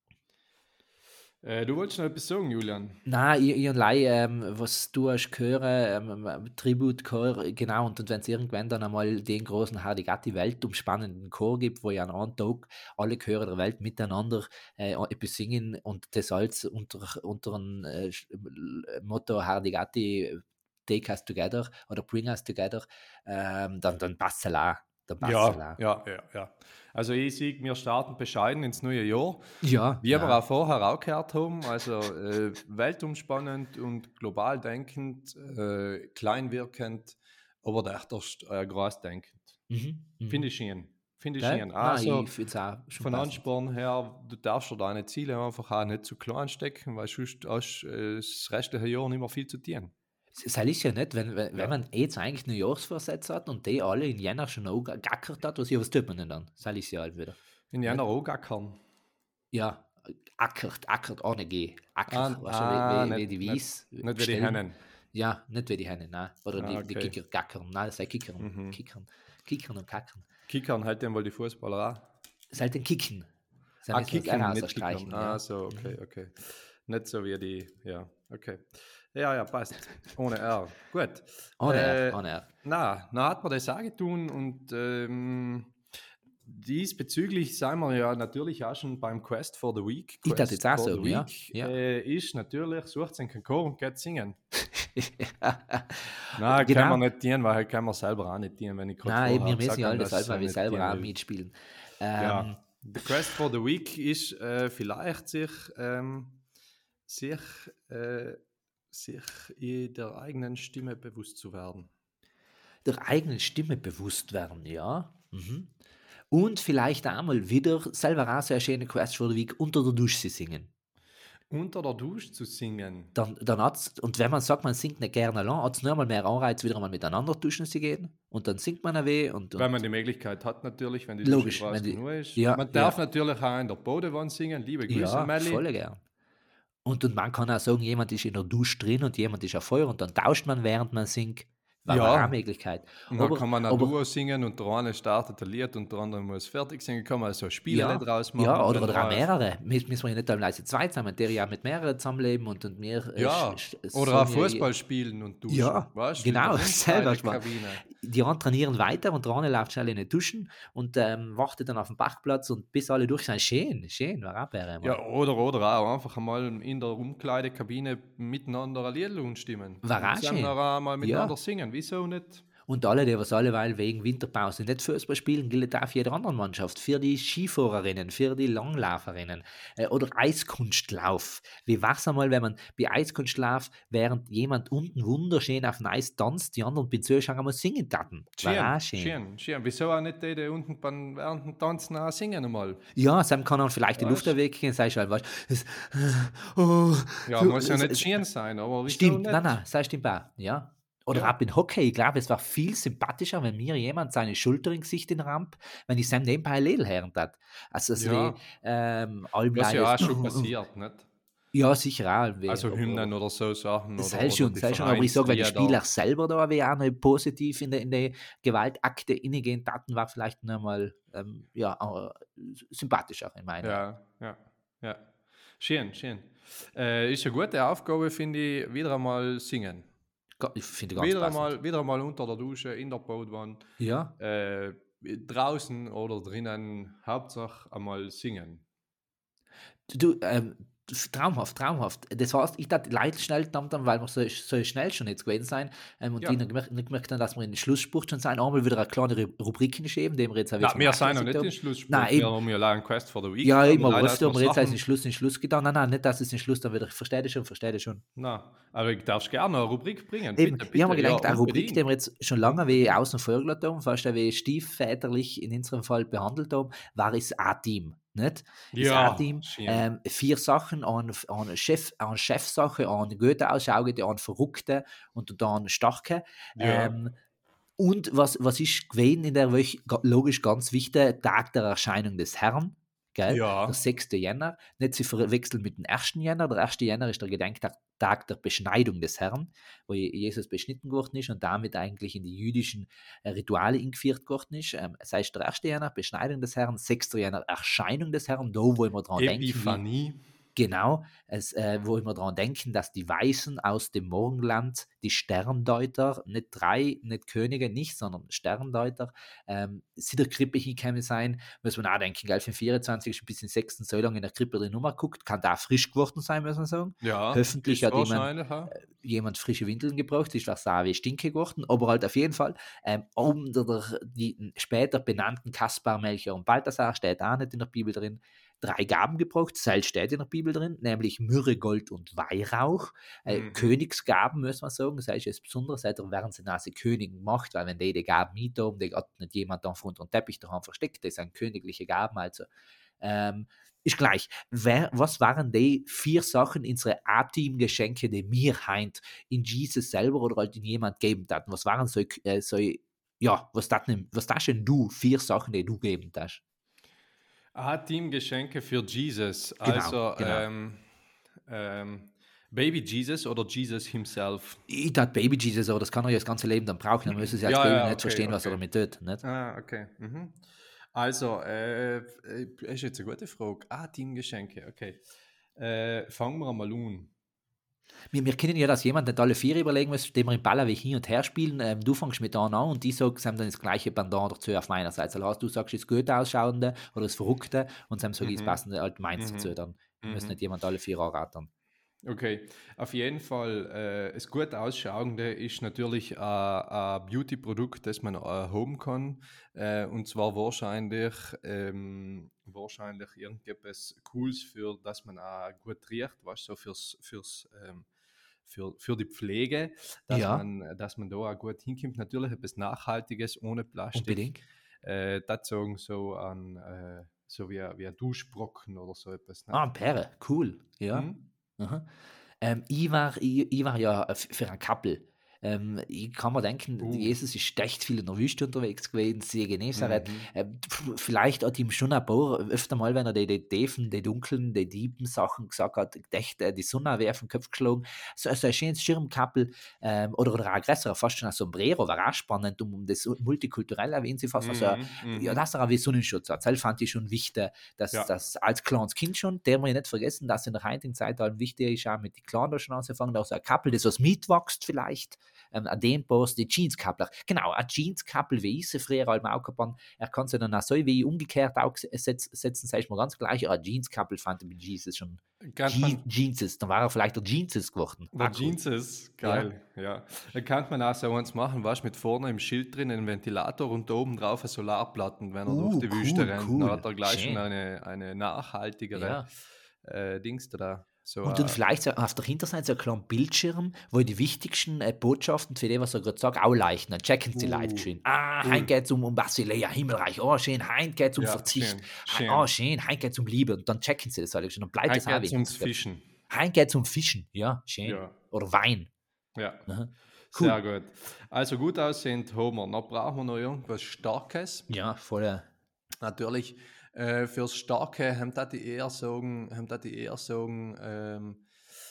Äh, du wolltest noch etwas sagen, Julian? Nein, ich, ich allein, ähm, was du hast gehört, ähm, ähm, Tributchor, genau, und, und wenn es irgendwann dann einmal den großen Hardigatti weltumspannenden Chor gibt, wo ja an einem Tag alle Chöre der Welt miteinander äh, etwas singen und das alles unter, unter einem äh, Motto Hardigatti Take Us Together oder Bring Us Together, ähm, dann, dann passt es auch. Dann passt es Ja, auch. ja, ja, ja. Also ich sehe, wir starten bescheiden ins neue Jahr. Ja, Wie ja. wir auch vorher auch gehört haben, also äh, weltumspannend und global denkend, äh, klein wirkend, aber dahinterst äh, groß denkend. Mhm, mhm. Finde ich schön. Finde ich Gell? schön. Nein, Also ich finde es auch schon von passend. Ansporn her, du darfst dir deine Ziele einfach auch nicht zu klein stecken, weil sonst hast du äh, das restliche Jahr nicht mehr viel zu tun. Das ist ja nicht, wenn, wenn, Ja. wenn man jetzt eigentlich Neujahrsvorsätze hat und die alle in Jänner schon angegackert hat, was, ja, was tut man denn dann? Das ist ja halt wieder. In jener auch gackern. Ja, ackert, ackert ohne G. Ackert, Ah, weißt du, ah, wie, wie, nicht, wie die Wies. nicht, nicht wie die Hennen. Ja, nicht wie die Hennen, nein. Oder Ah, die, okay. die Kicker, gackern. Nein, das sei Kickern. Mhm. Kickern. Kickern und kackern. Kickern halt den wohl die Fußballer auch. Das ist halt ein Kicken. Das Ah, müssen wir das kicken, auch nicht rausstreichen, kickern. ja. Ah, so, okay, okay. Nicht so wie die, ja, okay. Ja, ja, passt. Ohne R. Gut. Ohne Äh, R, ohne R. Na, na hat man das auch getan und ähm, diesbezüglich sind wir ja natürlich auch schon beim Quest for the Week. Ich Quest darf jetzt auch for sagen, the ja. Week ja. äh, ist natürlich, sucht sich einen Chor und geht singen. Nein, Nein, genau. kann man nicht dienen, weil halt kann man selber auch nicht dienen, wenn ich Nein, eben, wir müssen gesagt ja habe, alles dass weil wir nicht selber dienen auch will. mitspielen. Ähm, Ja, The Quest for the Week ist äh, vielleicht sich ähm, sich, äh, sich in der eigenen Stimme bewusst zu werden. Der eigenen Stimme bewusst werden, ja. Mhm. Und vielleicht einmal wieder selber auch so eine schöne Quest für den Weg unter der Dusche singen. Unter der Dusche zu singen. Dann, dann hat's, und wenn man sagt, man singt nicht gerne allein, hat es nur mal mehr Anreiz, wieder mal miteinander duschen zu gehen. Und dann singt man ein weh. Und, und Wenn man die Möglichkeit hat, natürlich, wenn die logisch, Dusche groß wenn die, genug ist. ja, Man darf ja, natürlich auch in der Badewanne singen. Liebe Grüße, ja, Melli. voll gern. Und, und man kann auch sagen, jemand ist in der Dusche drin und jemand ist auf Feuer und dann tauscht man, während man singt. War Ja. auch eine Möglichkeit. Und dann Aber- kann man ein aber- Duo singen und der eine startet ein Lied und der andere muss fertig singen. Kann man so ein Spiel Ja, draus machen. ja, oder, wenn oder der auch eine- mehrere. Müssen wir ja nicht teilweise zwei zusammen, der ja mit mehreren zusammenleben und, und wir. äh, Ja, sch- sch- oder auch sagen ja- Fußball spielen und duschen. Ja, weißt, genau, in der selber Umkleidekabine. Die anderen trainieren weiter und der eine läuft schnell in die Duschen und ähm, wartet dann auf dem Parkplatz und bis alle durch sind. Schön, schön, war auch wäre Ja, oder, oder auch einfach einmal in der Umkleidekabine miteinander ein Lied umstimmen. War auch und zusammen schön. auch mal miteinander Ja. singen. Wieso nicht? Und alle, die was alleweil wegen Winterpause nicht Fußball spielen, gilt auch für jede andere Mannschaft. Für die Skifahrerinnen, für die Langlauferinnen äh, oder Eiskunstlauf. Wie war es einmal, wenn man bei Eiskunstlauf, während jemand unten wunderschön auf dem Eis tanzt, die anderen beim Zuschauen einmal singen taten? War auch schön. schön, schön. Wieso auch nicht die, die unten beim, während dem Tanzen auch singen einmal? Ja, Sam kann dann vielleicht die Weißt? Luft erwecken und sagst halt, weißt, es, oh, Ja, so, muss ja es- nicht es- schön sein, aber wieso Stimmt, nicht? nein, nein, das stimmt auch, ja. Oder Ja. auch in Hockey, ich glaube, es war viel sympathischer, wenn mir jemand seine Schulter in Gesicht in den Ramp, wenn ich Sam nebenbei ein Lied hören hat. Also, es Ja. wie, ähm, allem Was ja auch leider- schon passiert, nicht? Ja, sicher auch. Wie, Also aber- Hymnen oder so Sachen. Das oder, sei oder schon, die sei schon, aber ich sage, wenn die Vereinslieder. Spieler selber da wie auch noch positiv in die, in die Gewaltakte innegehen taten, war vielleicht noch mal ähm, ja, äh, sympathischer in meinen Augen. Ja, ja, ja. Schön, schön. Äh, ist eine gute Aufgabe, finde ich, wieder einmal singen. Ga- Ich finde ganz Wieder passend. einmal, wieder einmal unter der Dusche, in der Badewanne, Ja, äh, draußen oder drinnen, Hauptsache einmal singen. du, ähm, traumhaft, traumhaft. Das heißt, ich dachte leicht schnell dann, dann, weil wir so, so schnell schon jetzt gewesen sein ähm, und Ja. die nicht gemerkt, nicht gemerkt haben, dass wir in den Schlussspruch schon sein, einmal wieder eine kleine Ru- Rubrik hinschreiben, den wir jetzt auch Na, wieder wir vom sind noch Nachlass nicht haben. im Schlussspruch. Nein, wir eben. haben ja allein Quest for the Week. Ja, gehabt, immer, und leider, was dass du, aber jetzt Sachen- heißt den Schluss, den Schluss getan. Nein, nein, nicht, dass es den Schluss dann wieder, ich verstehe das schon, verstehe das schon. Na, aber ich darf gerne eine Rubrik bringen. Eben, bitte, ich habe mir bitte. gedacht, Ja, eine Rubrik, unbedingt. die wir jetzt schon lange wie außen vor gelassen haben, fast wie stiefväterlich in unserem Fall behandelt haben, war das A-Team. Nicht? Das Ja, A-Team, schön. ähm, vier Sachen, eine, eine, Chef, eine Chefsache, eine gute Aussage, eine verrückte und dann eine starke. Ja. Ähm, und was, was ist gewesen in der Woche, ga- logisch ganz wichtig, Tag der Erscheinung des Herrn. Gell? Ja. Der sechste Jänner, nicht zu verwechseln mit dem ersten Jänner. Der erste Jänner ist der Gedenktag Tag der Beschneidung des Herrn, wo Je- Jesus beschnitten worden ist und damit eigentlich in die jüdischen äh, Rituale eingeführt worden ist. Ähm, das heißt, der erste Jänner, Beschneidung des Herrn, sechster Jänner, Erscheinung des Herrn, da wo wir dran denken, wie, Epiphanie. genau, es, äh, wo wir daran denken, dass die Weißen aus dem Morgenland, die Sterndeuter, nicht drei, nicht Könige, nicht, sondern Sterndeuter, ähm, sie der Krippe hingekommen sein, muss man auch denken, gell, für den vierundzwanzigsten bis den sechsten so lange in der Krippe drin rumguckt, kann da frisch geworden sein, muss man sagen. Ja, Hoffentlich ist hat jemand, wahrscheinlich, ja. jemand frische Windeln gebraucht, ist was auch wie stinke geworden, aber halt auf jeden Fall, ähm, unter der, die später benannten Kaspar, Melchior und Balthasar steht auch nicht in der Bibel drin, drei Gaben gebraucht, Seil steht in der Bibel drin, nämlich Myrrhe, Gold und Weihrauch, äh, Mhm. Königsgaben, muss man sagen, das heißt jetzt besonders, seit der werden sie nase König gemacht, weil wenn die die Gaben mit haben, die hat nicht jemand dann unter den Teppich daheim versteckt, das sind königliche Gaben, also ähm, ist gleich. Wer, was waren die vier Sachen, unsere A-Team-Geschenke, die mir heint in Jesus selber oder halt in jemand geben hatten? Was waren so, äh, so ja, was das was das denn du, vier Sachen, die du geben hast? A-Team-Geschenke für Jesus. Genau, also genau. Ähm, ähm, Baby Jesus oder Jesus himself. Ich dachte Baby Jesus, aber das kann er ja das ganze Leben dann brauchen, dann müssen sie als Ja, Baby ja, nicht okay, verstehen, was er okay. damit tut. Nicht? Ah, okay. Mhm. Also, äh, äh, ist jetzt eine gute Frage. A-Team-Geschenke, okay. Äh, fangen wir mal an. Wir, wir kennen ja, dass jemand nicht alle vier überlegen muss, den wir im Ballerweg hin und her spielen. Ähm, du fängst mit an und die sagen, sie haben dann das gleiche Pendant dazu auf meiner Seite. Also hast du sagst das gut ausschauende oder das Verrückte und sie haben so Mhm. das passende halt meins Mhm. dazu. Dann Mhm. muss nicht jemand alle vier anraten. Okay, auf jeden Fall, äh, das gut Ausschauende ist natürlich äh, ein Beauty-Produkt, das man äh, haben kann. Äh, und zwar wahrscheinlich, ähm, wahrscheinlich irgendetwas Cooles, für das man auch gut riecht, was so fürs, fürs, ähm, für, für die Pflege, dass Ja, man, dass man da auch gut hinkommt. Natürlich etwas Nachhaltiges, ohne Plastik. unbedingt. Äh, das sagen so an, äh, so wie, ein- wie ein Duschbrocken oder so etwas, Ah, nicht? Perre, cool. Ja. Hm? Aha. Ähm, ich, war, ich, ich war ja f- für ein Couple. Ähm, ich kann mir denken, Uh. Jesus ist echt viel in der Wüste unterwegs gewesen, See Genezareth. Mhm. Ähm, pf, vielleicht hat ihm schon ein paar, öfter mal, wenn er die, die Tiefen, die dunklen, die tiefen Sachen gesagt hat, gedacht, äh, die Sonne wäre auf den Kopf geschlagen. So, so ein schönes Schirmkappel ähm, oder, oder ein größerer, fast schon ein Sombrero, war auch spannend, um, um das Multikulturelle erwähnen sie fast. Also, Mhm, ja, mhm. das ist auch wie Sonnenschutz hat. Das fand ich schon wichtig, dass Ja, das als kleines Kind schon, der wir nicht vergessen, dass in der heutigen Zeit halt wichtig ist, auch mit den Kleinen schon anzufangen, auch so ein Couple, das was mitwächst vielleicht, ähm, an dem Post, die Jeans-Couple. Genau, ein Jeans-Couple, wie ich sie früher halt auch gehabt habe, er kann sie dann auch so wie umgekehrt auch setzen, sag ich mal ganz gleich, ein Jeans-Couple fand ich mit Jesus schon kennt Je man, Jeanses, dann war er vielleicht der Jeanses geworden. der Ah, cool. Jeans ist Ja. geil, ja. Da kann man auch so eins machen, was mit vorne im Schild drin, einen Ventilator und da oben drauf eine Solarplatten, wenn er durch Uh, die Wüste cool, rennt. Dann cool. hat er gleich schon Schön. eine, eine nachhaltigere Ja. äh, Dings da. So, Und dann äh, vielleicht so auf der Hinterseite so ein kleiner Bildschirm, wo die wichtigsten äh, Botschaften für die, was er gerade sagt, auch leichten. Dann checken sie live uh, geschehen. Ah, cool. heim geht's um, um Basilea, Himmelreich. Oh, schön, heim geht's um Ja, Verzicht. schön, Heim, schön. oh, schön, heim geht's um Liebe. Und dann checken sie das alle schon. Dann bleibt Heute das auch geht es im ums Hinterkopf. Fischen. Heim geht's um Fischen. Ja, schön. Ja, Oder Wein. ja. Aha. Sehr Cool. gut. Also gut aussehend haben wir. Noch brauchen wir noch irgendwas Starkes. Ja, voll. Natürlich, äh, fürs Starke haben da die eher sagen, haben da die eher sagen, ähm,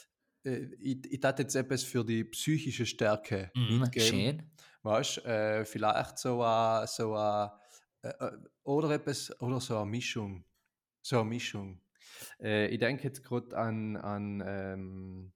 äh, ich, ich tat jetzt etwas für die psychische Stärke Mhm, mitgeben. schön. Weißt, äh, vielleicht so a, so a, äh, äh, oder etwas, oder so eine Mischung. So eine Mischung. Äh, ich denke jetzt gerade an, an, ähm,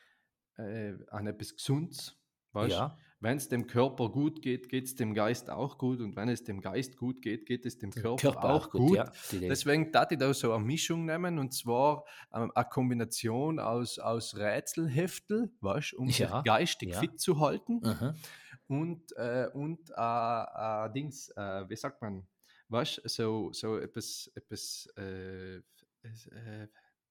äh, an etwas Gesundes, weißt? Ja, Wenn es dem Körper gut geht, geht es dem Geist auch gut und wenn es dem Geist gut geht, geht es dem der Körper Körper auch auch gut, gut. ja. Die Idee. Deswegen darf ich da so eine Mischung nehmen und zwar ähm, eine Kombination aus, aus Rätselheftel, weißt, um sich Ja, geistig ja. fit zu halten Aha. und, äh, und äh, äh, Dings, äh, wie sagt man, weißt, so, so etwas, etwas äh, äh,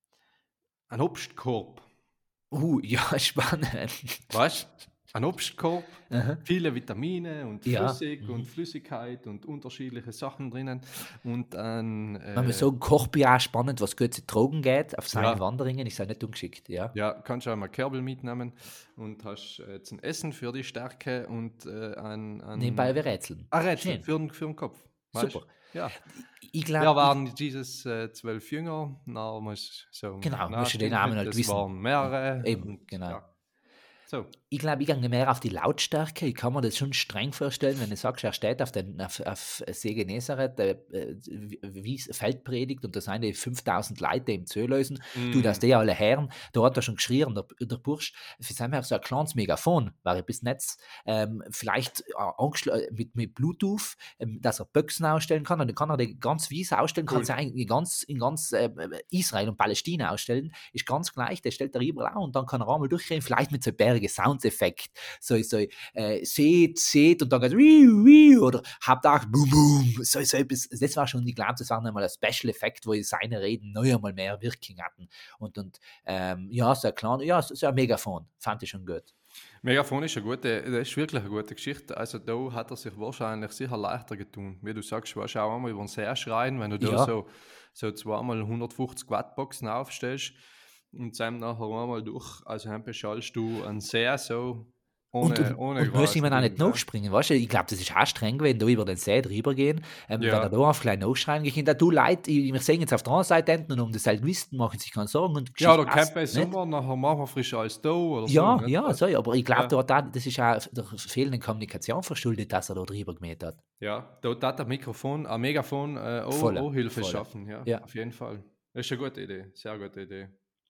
ein Obstkorb. Uh, ja, spannend. Weißt du? Ein Obstkorb, Aha. viele Vitamine und Ja. Flüssig und Mhm. Flüssigkeit und unterschiedliche Sachen drinnen. Und ein, Man muss äh, sagen, Kochbier auch spannend, was gut zu Drogen geht, auf seinen ja, Wanderungen, ist auch nicht ungeschickt, ja. ja, kannst du auch mal Kerbel mitnehmen und hast äh, zum Essen für die Stärke und äh, ein, Nebenbei ein, wir rätseln. ein Rätsel Schön, für den, für den Kopf. Weißt super. du? Ja. Ich Wer glaube, ich, waren Jesus äh, zwölf Jünger? Na, muss sagen, genau, na, musst du den stimmt Namen nicht, halt das wissen. waren mehrere Eben, und genau. ja. So. Ich glaube, ich gehe mehr auf die Lautstärke. Ich kann mir das schon streng vorstellen, wenn du sagst, er steht auf, den, auf, auf See Genezareth, äh, äh, wie es Feldpredigt und da sind die fünftausend Leute im Zoo lösen. Du, dass Mm. die alle Herren, da hat er schon geschrien, der, der Bursch, für sein auch so ein kleines Megafon, war bis Netz, ähm, vielleicht äh, angeschl- äh, mit, mit Bluetooth, ähm, dass er Böchsen ausstellen kann und dann kann er die ganz Wies ausstellen, Cool. kann sie eigentlich in ganz, in ganz äh, Israel und Palästina ausstellen, ist ganz gleich, der stellt er überall an und dann kann er einmal durchgehen, vielleicht mit so einem Soundeffekt, so, so, äh, seht, seht, und dann geht wiu, wiu, oder habt auch boom, boom, so, so etwas. Das war schon, ich glaube, das war nochmal ein Special-Effekt, wo seine Reden neu einmal mehr Wirkung hatten. Und, und ähm, ja, so ein kleiner, ja, so, so ein Megafon, fand ich schon gut. Megafon ist eine gute, das ist wirklich eine gute Geschichte. Also da hat er sich wahrscheinlich sicher leichter getan. Wie du sagst, weißt du auch einmal über den See schreien, wenn du da Ja. so, so zweimal hundertfünfzig Watt Boxen aufstellst und dann nachher einmal durch, also dann beschallst du einen See so ohne, Und, und, ohne und muss großen jemand auch nicht Ding, ne? nachspringen, weißt du? Ich glaube, das ist auch streng, wenn da über den See drüber gehen. Ähm, Ja. Wenn er da auf gleich nachschreien, ich finde, du Leute, ich- wir sehen jetzt auf der anderen Seite enden und um das halt wissen, machen sich keine Sorgen und Ja, da Geschichte passt, campen wir nicht? Sommer, nachher machen wir frisch alles da oder Ja, so. ja, nicht? so, aber ich glaube, Ja. da hat auch- das ist auch der fehlenden Kommunikation verschuldet, dass er da drüber gemäht hat. Ja, da hat ein Mikrofon, ein Megafon äh, auch, Volle, auch Hilfe volle. schaffen, ja, Ja. auf jeden Fall. Das ist eine gute Idee, sehr gute Idee.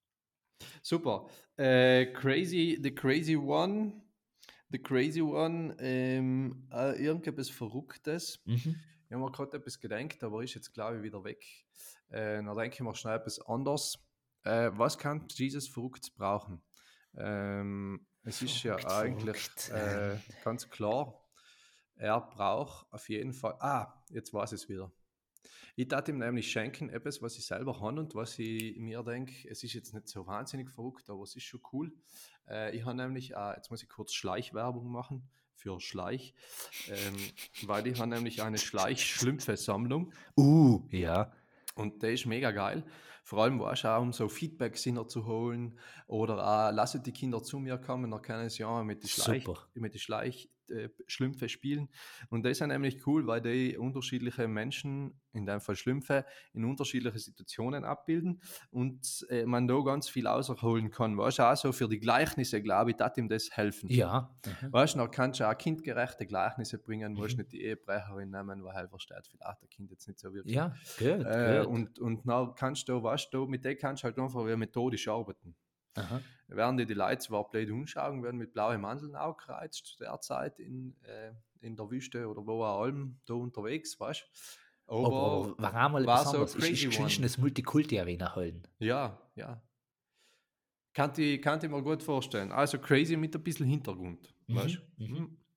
Super. Äh, crazy, the crazy one, the crazy one, ähm, äh, irgendetwas Verrücktes. Mhm. Ich habe mir gerade etwas gedacht, aber ist jetzt glaube ich wieder weg. Äh, dann denke ich mir schnell etwas anderes. Äh, was kann Jesus Verrücktes brauchen? Ähm, es ist ja Verrückt, eigentlich verrückt. äh, ganz klar, er braucht auf jeden Fall. Ah, jetzt weiß ich es wieder. Ich tat ihm nämlich schenken, etwas, was ich selber habe und was ich mir denke, es ist jetzt nicht so wahnsinnig verrückt, aber es ist schon cool. Äh, ich habe nämlich, äh, jetzt muss ich kurz Schleichwerbung machen für Schleich, ähm, weil ich habe nämlich eine Schleich-Schlümpfe-Sammlung. Uh, ja. Und der ist mega geil. Vor allem war es auch, um so Feedbacks zu holen oder auch, lassen die Kinder zu mir kommen, dann können sie ja mit den Schleich, Super. mit den Schleich äh, Schlümpfe spielen. Und das ist nämlich cool, weil die unterschiedliche Menschen, in dem Fall Schlümpfe, in unterschiedliche Situationen abbilden und äh, man da ganz viel ausholen kann. Weißt du, auch so für die Gleichnisse, glaube ich, dass ihm das helfen. Ja. Mhm. Weißt du, dann kannst du auch kindgerechte Gleichnisse bringen, musst Mhm. nicht die Ehebrecherin nehmen, weil er versteht vielleicht der Kind jetzt nicht so wirklich. Ja, gut, Äh, gut. und, und dann kannst du, weißt du, mit dem kannst du halt einfach wieder methodisch arbeiten. Aha. Während die, die Leute zwar blöd umschauen, werden mit blauen Mandeln auch gereizt derzeit in, äh, in der Wüste oder wo auch allem da unterwegs, weißt du. Aber, Aber, aber war einmal war etwas so anderes. Ich, crazy ich wünsche one. das Multikulti erwähnen. Ja, ja. Kann ich, kann ich mir gut vorstellen. Also crazy mit ein bisschen Hintergrund, Mhm, weißt du. mhm. Mhm.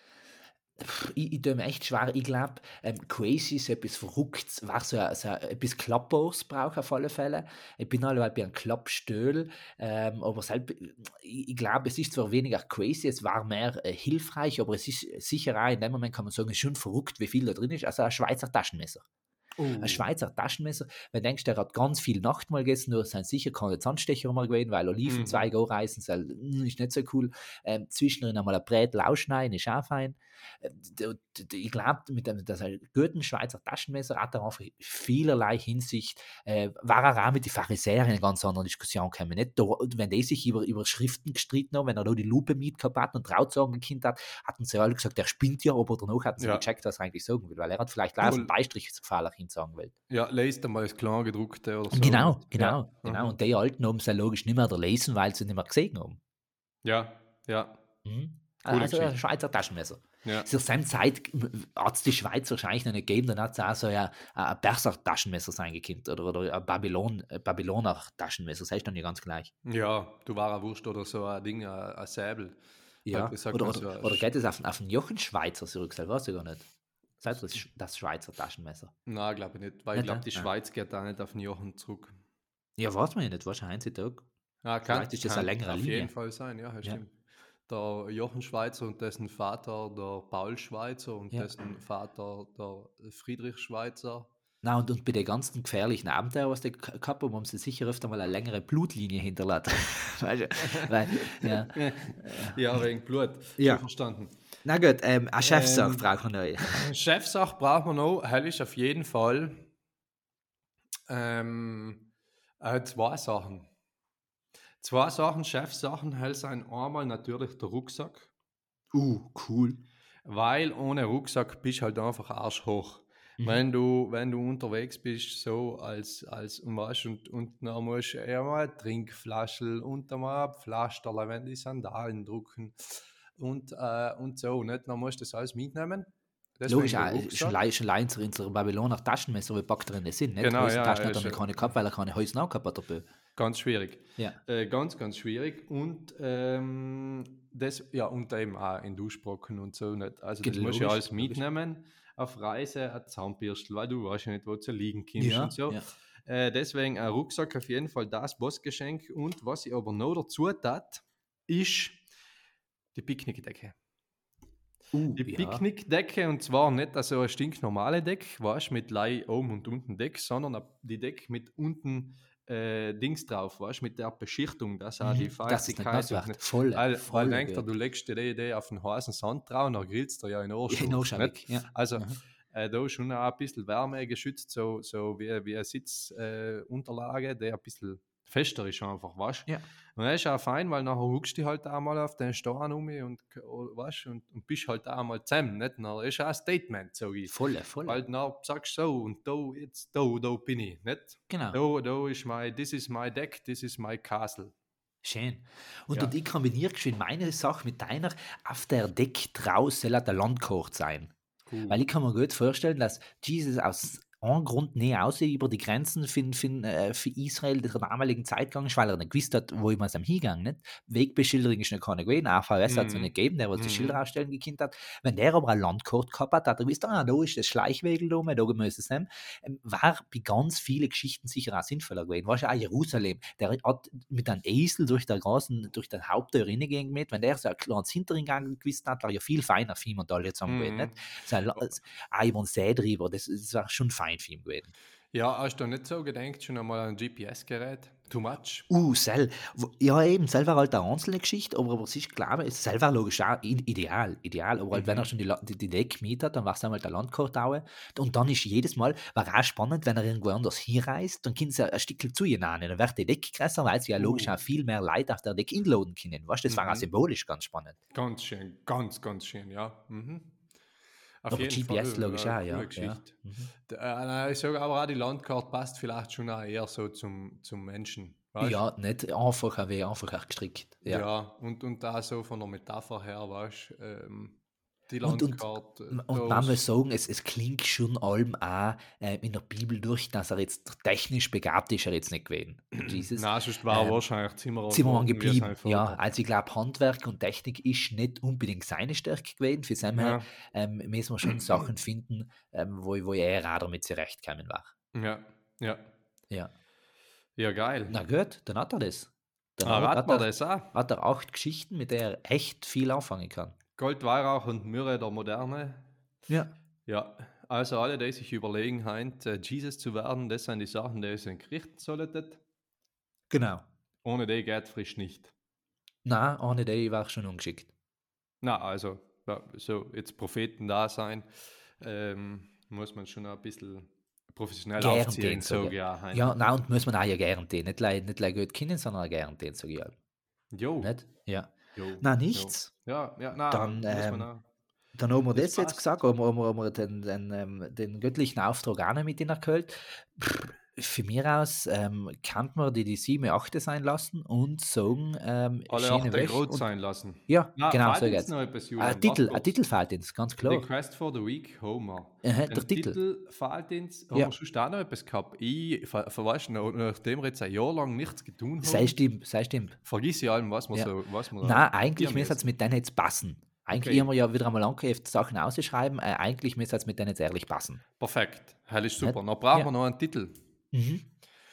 Pff, Ich, ich tue mir echt schwer. Ich glaube, ähm, crazy ist etwas Verrücktes, war so, ein- so ein- etwas Klappbares braucht auf alle Fälle. Ich bin alle bei einem Klappstöhl, ähm, aber selbst, ich, ich glaube, es ist zwar weniger crazy, es war mehr äh, hilfreich, aber es ist sicher auch in dem Moment kann man sagen, es ist schon verrückt, wie viel da drin ist. Also ein Schweizer Taschenmesser. Ein Oh. Schweizer Taschenmesser, wenn du denkst, der hat ganz viel Nachtmahl gegessen, nur sind sicher keine Zahnstecher mal gewesen, weil Olivenzweige Mhm. anreißen, soll, mm, ist nicht so cool. Ähm, zwischendrin einmal ein Brätel ausschneiden, ist auch fein. Ähm, d- d- d- ich glaube, mit dem das ein guten Schweizer Taschenmesser hat er auf vielerlei Hinsicht, äh, war er auch mit den Pharisäern in eine ganz andere Diskussion gekommen. Nicht da, wenn die sich über, über Schriften gestritten haben, wenn er da die Lupe mitgehabt hat und Trautsagen gekriegt hat, hatten sie alle gesagt, der spinnt ja, aber danach hatten sie Ja. gecheckt, was er eigentlich sagen will, weil er hat vielleicht gleich auf den Voll. Beistrichsfehler hin sagen will. Ja, lest einmal das Kleingedruckte oder so. Genau, nicht? genau, Ja. genau. Mhm. Und die Alten haben es ja logisch nicht mehr lesen, weil sie nicht mehr gesehen haben. Ja, ja. Mhm. Coole Also ein Geschichte. Schweizer Taschenmesser. Ja. Zur selben Zeit hat es die Schweiz wahrscheinlich noch nicht gegeben, dann hat es auch so ein, ein Perser Taschenmesser sein gekönnt oder, oder ein Babylon, ein Babyloner Taschenmesser, das heißt dann ja ganz gleich. Ja, du war ein Wurst oder so ein Ding, ein, ein Säbel. Ja, Halt, ich sag oder, mal oder, so ein oder Sch- geht es auf, auf den Jochen Schweizer zurück, das weiß ich gar nicht. Das ist das Schweizer Taschenmesser. Nein, glaube ich nicht, weil ich Nicht, glaube, ne? die Ah. Schweiz geht da nicht auf den Jochen zurück. Ja, weiß man ja nicht, wahrscheinlich heutzutage. Ah, kann, Vielleicht ist das kann eine längere auf Linie. jeden Fall sein, ja, das Ja. stimmt. Der Jochen Schweizer und dessen Vater, der Paul Schweizer und Ja. dessen Vater, der Friedrich Schweizer. Na, und, und bei den ganzen gefährlichen Abenteuern, was die g- gehabt haben, haben sie sicher öfter mal eine längere Blutlinie hinterlassen. Weißt du? Weil, ja. Ja, wegen Blut. Ja. Schon verstanden. Na gut, ähm, eine Chefsache Ähm, brauchen wir neu. Chefsache braucht man noch, hell ist auf jeden Fall ähm, äh, zwei Sachen. Zwei Sachen, Chefsachen, hell sein einmal natürlich der Rucksack, Uh, cool. weil ohne Rucksack bist du halt einfach arschhoch. Mhm. Wenn du, wenn du unterwegs bist, so als, als und, weißt, und, und dann musst du ja mal eine Trinkflasche und dann mal ein Pflasterl, wenn die Sandalen drucken und, äh, und so, nicht? Dann musst du das alles mitnehmen. Deswegen Logisch, der auch, schon Rucksack. allein schon allein zu unserer Babyloner Taschenmesser, wie packt drin sind. Nicht? Genau, ja, Hosentaschen hat er ist, mit äh, keine gehabt, weil er keine Hosen auch gehabt hat. Dabei. Ganz schwierig. Ja. Äh, ganz, ganz schwierig. Und ähm, das, ja, und eben auch in Duschbrocken und so nicht. Also das Genau, musst du ja logisch, alles mitnehmen auf Reise, ein Zahnbürstel, weil du weißt ja nicht, wo du liegen kannst Ja, und so. ja. Äh, deswegen ein Rucksack auf jeden Fall das Bossgeschenk. Und was ich aber noch dazu tat, ist die Picknickdecke. Uh, Die ja. Picknickdecke, und zwar nicht also eine stinknormale Decke, weißt, mit Lei oben und unten Deck, sondern die Decke mit unten äh, Dings drauf, weißt, mit der Beschichtung, dass auch die Mhm, dass es nicht Feuchtigkeit nass und wird. nicht, Voll, weil, weil voll denkt er, gut. du legst dir die Idee auf den heißen Sand drauf und dann grillst du ja in Ja, Ohrschutz. in Ohrschabig, nicht? ja. Also Mhm. äh, da ist schon auch ein bisschen Wärme geschützt, so, so wie, wie eine Sitzunterlage, äh, Unterlage, die ein bisschen fester ist einfach, weißt. Ja. Und das ist auch fein, weil nachher huckst du halt auch mal auf den Stein um und, weißt, und, und bist halt auch mal zusammen, nicht? Das ist auch ein Statement, sag ich. Volle, volle. Weil dann sagst du so, und da, jetzt, da, da bin ich, nicht? Genau. Da, da ist mein, this is my deck, this is my castle. Schön. Und, Ja. und ich kombiniere schön meine Sache mit deiner. Auf der Deck draußen soll der Landkocht sein. Cool. Weil ich kann mir gut vorstellen, dass Jesus aus ein Grund näher aus über die Grenzen für, für, äh, für Israel der damaligen Zeit gegangen ist, weil er nicht gewusst hat, wo ihm es am hingegangen nicht. Wegbeschilderung ist nicht keine gewesen, A V S hat es Mhm. nicht gegeben, der was die Mhm. Schilder ausstellen gekannt hat. Wenn der aber ein Landkart gehabt hat, hat er gewusst, ah, da ist das Schleichweg, da müssen es sein. Ähm, War bei ganz vielen Geschichten sicher auch sinnvoller gewesen. War schon auch Jerusalem, der hat mit einem Esel durch der großen, durch den Haupttür reingegangen mit, wenn der so ein kleines Hintereingang gewusst hat, war ja viel feiner für ihn und alle zusammen gewesen, Mhm. nicht? So ein La- auch über den See drüber, das, das war schon fein für ihn gewesen. Ja, hast du nicht so gedacht, schon einmal an ein G P S-Gerät? Too much? Uh, Sel. Wo- Ja, eben, Sel war halt eine einzelne Geschichte, aber was ich glaube, ist, Sel war logisch auch i- ideal, ideal, aber halt, wenn er schon die, La- die, die Idee gemietet hat, dann war es einmal der Landkarte auch. Und dann ist jedes Mal, war auch spannend, wenn er irgendwo anders hinreist, dann können sie ein Stück zu ihr nahen, dann wird die Decke größer, weil sie ja logisch Uh. auch viel mehr Leute auf der Decke inladen können, weißt du, das war auch Mhm. symbolisch ganz spannend. Ganz schön, ganz, ganz schön, ja. Mhm. Auf Aber jeden G P S Fall, logisch äh, auch, coole ja. ja. Geschichte. Mhm. D- Äh, ich sage aber auch, die Landkarte passt vielleicht schon auch eher so zum, zum Menschen. Weißt? Ja, nicht einfach wie einfach gestrickt. Ja, Ja. und, und da so von der Metapher her, weißt du, ähm, die Und, und, Landkarte. und da man muss ist- sagen, es, es klingt schon allem auch äh, in der Bibel durch, dass er jetzt technisch begabt ist, er jetzt nicht gewesen. Jesus. Nein, sonst war er ähm, wahrscheinlich Zimmermann, Zimmermann geworden, wie geblieben. sein Vater. Ja, also ich glaube, Handwerk und Technik ist nicht unbedingt seine Stärke gewesen. Für seine Ja. ähm, müssen wir schon Sachen finden, ähm, wo, wo er auch damit zurechtkommen war. Ja, ja. Ja. Ja, geil. Na gut, dann hat er das. Dann Ah, hat, rat mal er, das auch. hat er acht Geschichten, mit denen er echt viel anfangen kann. Gold, Weihrauch und Myrrhe der Moderne. Ja. Ja, also alle, die sich überlegen, heint, äh, Jesus zu werden, das sind die Sachen, die sie richten sollten. Genau. Ohne die geht frisch nicht. Nein, ohne die war schon ungeschickt. Na, also, ja, so jetzt Propheten da sein, ähm, muss man schon ein bisschen professionell Gern aufziehen. den, So, sag ich. ja, heint. Ja, nein, und muss man auch ja gern den. Nicht leid nicht leid gut kennen, sondern auch gern den, sag ich auch. Jo. Nicht? Ja. Jo, Na, jo. nichts. Ja, ja, na, Dann, muss man ähm, auch. Dann haben wir Das das, jetzt passt. gesagt, haben wir, haben wir, haben wir den, den, ähm, den göttlichen Auftrag auch noch mit in der Köln. Für mich aus ähm, kann man die, die sieben, acht sein lassen und sagen, ähm, Alle schöne acht Woche rot und- sein lassen. Ja, Na, genau, fällt so uns geht's. noch etwas, Julian? Ein Titel, Warte ein kurz. Titel fällt uns, ganz The klar. Quest for the Week, Homer. Aha, Der der Titel. Titel fällt uns, haben Ja. wir schon auch noch etwas gehabt. Ich, ver, ver, weißt du, nachdem wir jetzt ein Jahr lang nichts getan haben, Sei stimmt, sei stimmt. vergiss ich allem, was wir Ja. so, was wir Nein, eigentlich wir müsste es müssen. mit denen jetzt passen. Eigentlich Okay. haben wir ja wieder einmal angeheft, Sachen auszuschreiben. Äh, eigentlich müsste es mit denen jetzt ehrlich passen. Perfekt, hell ist super. Nicht? Dann brauchen Ja. wir noch einen Titel. Mhm.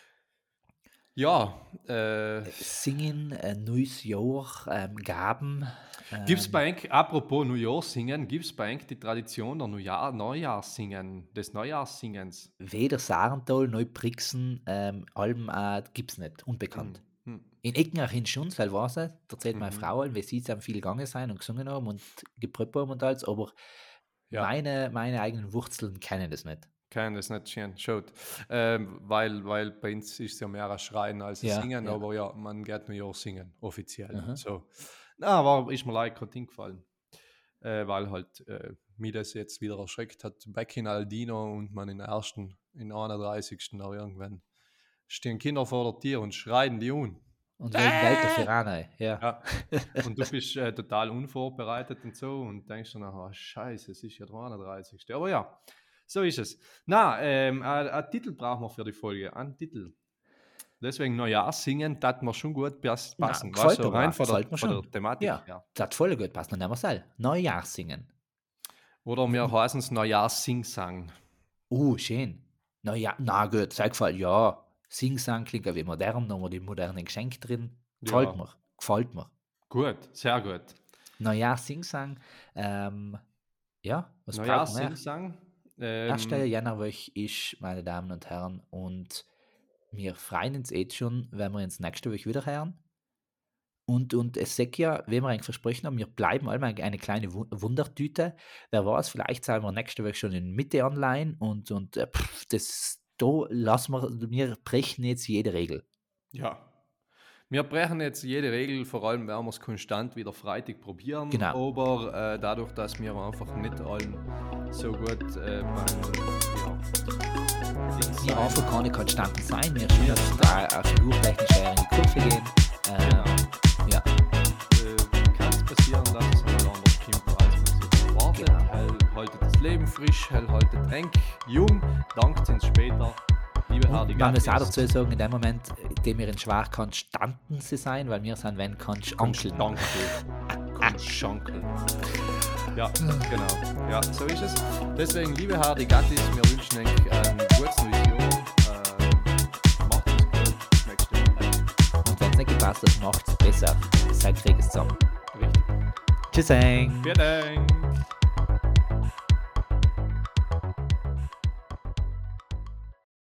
Ja, äh, Singen, äh, neues Jahr, ähm, Gaben. gibt es ähm, bei euch, apropos Neujahr singen, gibt es bei euch die Tradition der Neujahr, Neujahrssingen, des Neujahrssingens? Weder Sarental noch Brixen, ähm, Alben äh, gibt es nicht, unbekannt. Hm. In Eckenach in Schunz, weil weiß ich, da erzählt meine Mhm. Frau, wie sie zusammen viel gegangen sein und gesungen haben und geprüft haben und alles, aber Ja. meine, meine eigenen Wurzeln kennen das nicht. Kein das nicht schön, schaut. Ähm, weil, weil bei uns ist es ja mehr ein Schreien als ein Ja, Singen, ja. aber ja, man geht nur ja singen, offiziell. Aha. So. Na, aber ist mir leid kein Ding gefallen. Äh, weil halt äh, mich das jetzt wieder erschreckt hat. Back in Aldino und man in der ersten, in einunddreißigsten oder irgendwann stehen Kinder vor der Tür und schreien die un. Und wegen Welt der Ferrane, ja. Ja. Und du bist äh, total unvorbereitet und so und denkst dann, oh, scheiße, es ist ja der einunddreißigste Aber ja, so ist es. Na, ähm, ein ein Titel brauchen wir für die Folge. Einen Titel. Deswegen Neujahr singen, das mir schon gut pas- Na, passen. gefällt weißt du, mir rein auch, von der, gefällt mir von der schon. Thematik Ja, her. das hat voll gut passt, dann nehmen wir es all. Neujahr singen. Oder wir heißen es Neujahr-Sing-Sang. Uh, schön. Neujahr, na gut, sag gefällt, ja. Sing-Sang klingt ja wie modern, da haben wir die modernen Geschenke drin. Gefällt Ja. mir, gefällt mir. Gut, sehr gut. Neujahr Sing-Sang, ähm, ja, was braucht man mehr? Neujahr-Sing-Sang. erste Ähm, Jännerwoche ist, meine Damen und Herren, und wir freuen uns jetzt schon, wenn wir uns nächste Woche wieder hören. Und, und es sagt ja, wie wir eigentlich versprochen haben, wir bleiben einmal eine kleine Wu- Wundertüte. Wer weiß, vielleicht sind wir nächste Woche schon in Mitte online und, und äh, pff, das, da lassen wir, wir brechen jetzt jede Regel. ja. Wir brechen jetzt jede Regel, vor allem werden wir es konstant wieder Freitag probieren. Genau. Aber äh, dadurch, dass wir einfach nicht allen so gut äh, beim ja, Dings Wir sein. einfach keine Konstanten sein, wir schon da auf figurtechnisch eher in die Kurve gehen. Äh, ja, Äh, kann es passieren, dass es einmal anders kommt, als man sich erwartet. Genau. Weil heute das das Leben frisch, hält haltet eng jung, dankt uns später. Liebe Herr, die Man muss auch Gattis. dazu sagen, in dem Moment, in dem wir in Schwer kannst, standen sie sein, weil wir sind, wenn kannst, Onkel. Danke. Konschankel. Ja, genau. Ja, so ist es. Deswegen, liebe Herr, die Gattis, wir wünschen euch ein gutes neues Jahr. Ähm, macht es gut. Das nächste Mal. Und wenn es nicht gepasst hat, macht es besser. Seid krieg es zusammen. Richtig. Tschüssing. Vielen Dank.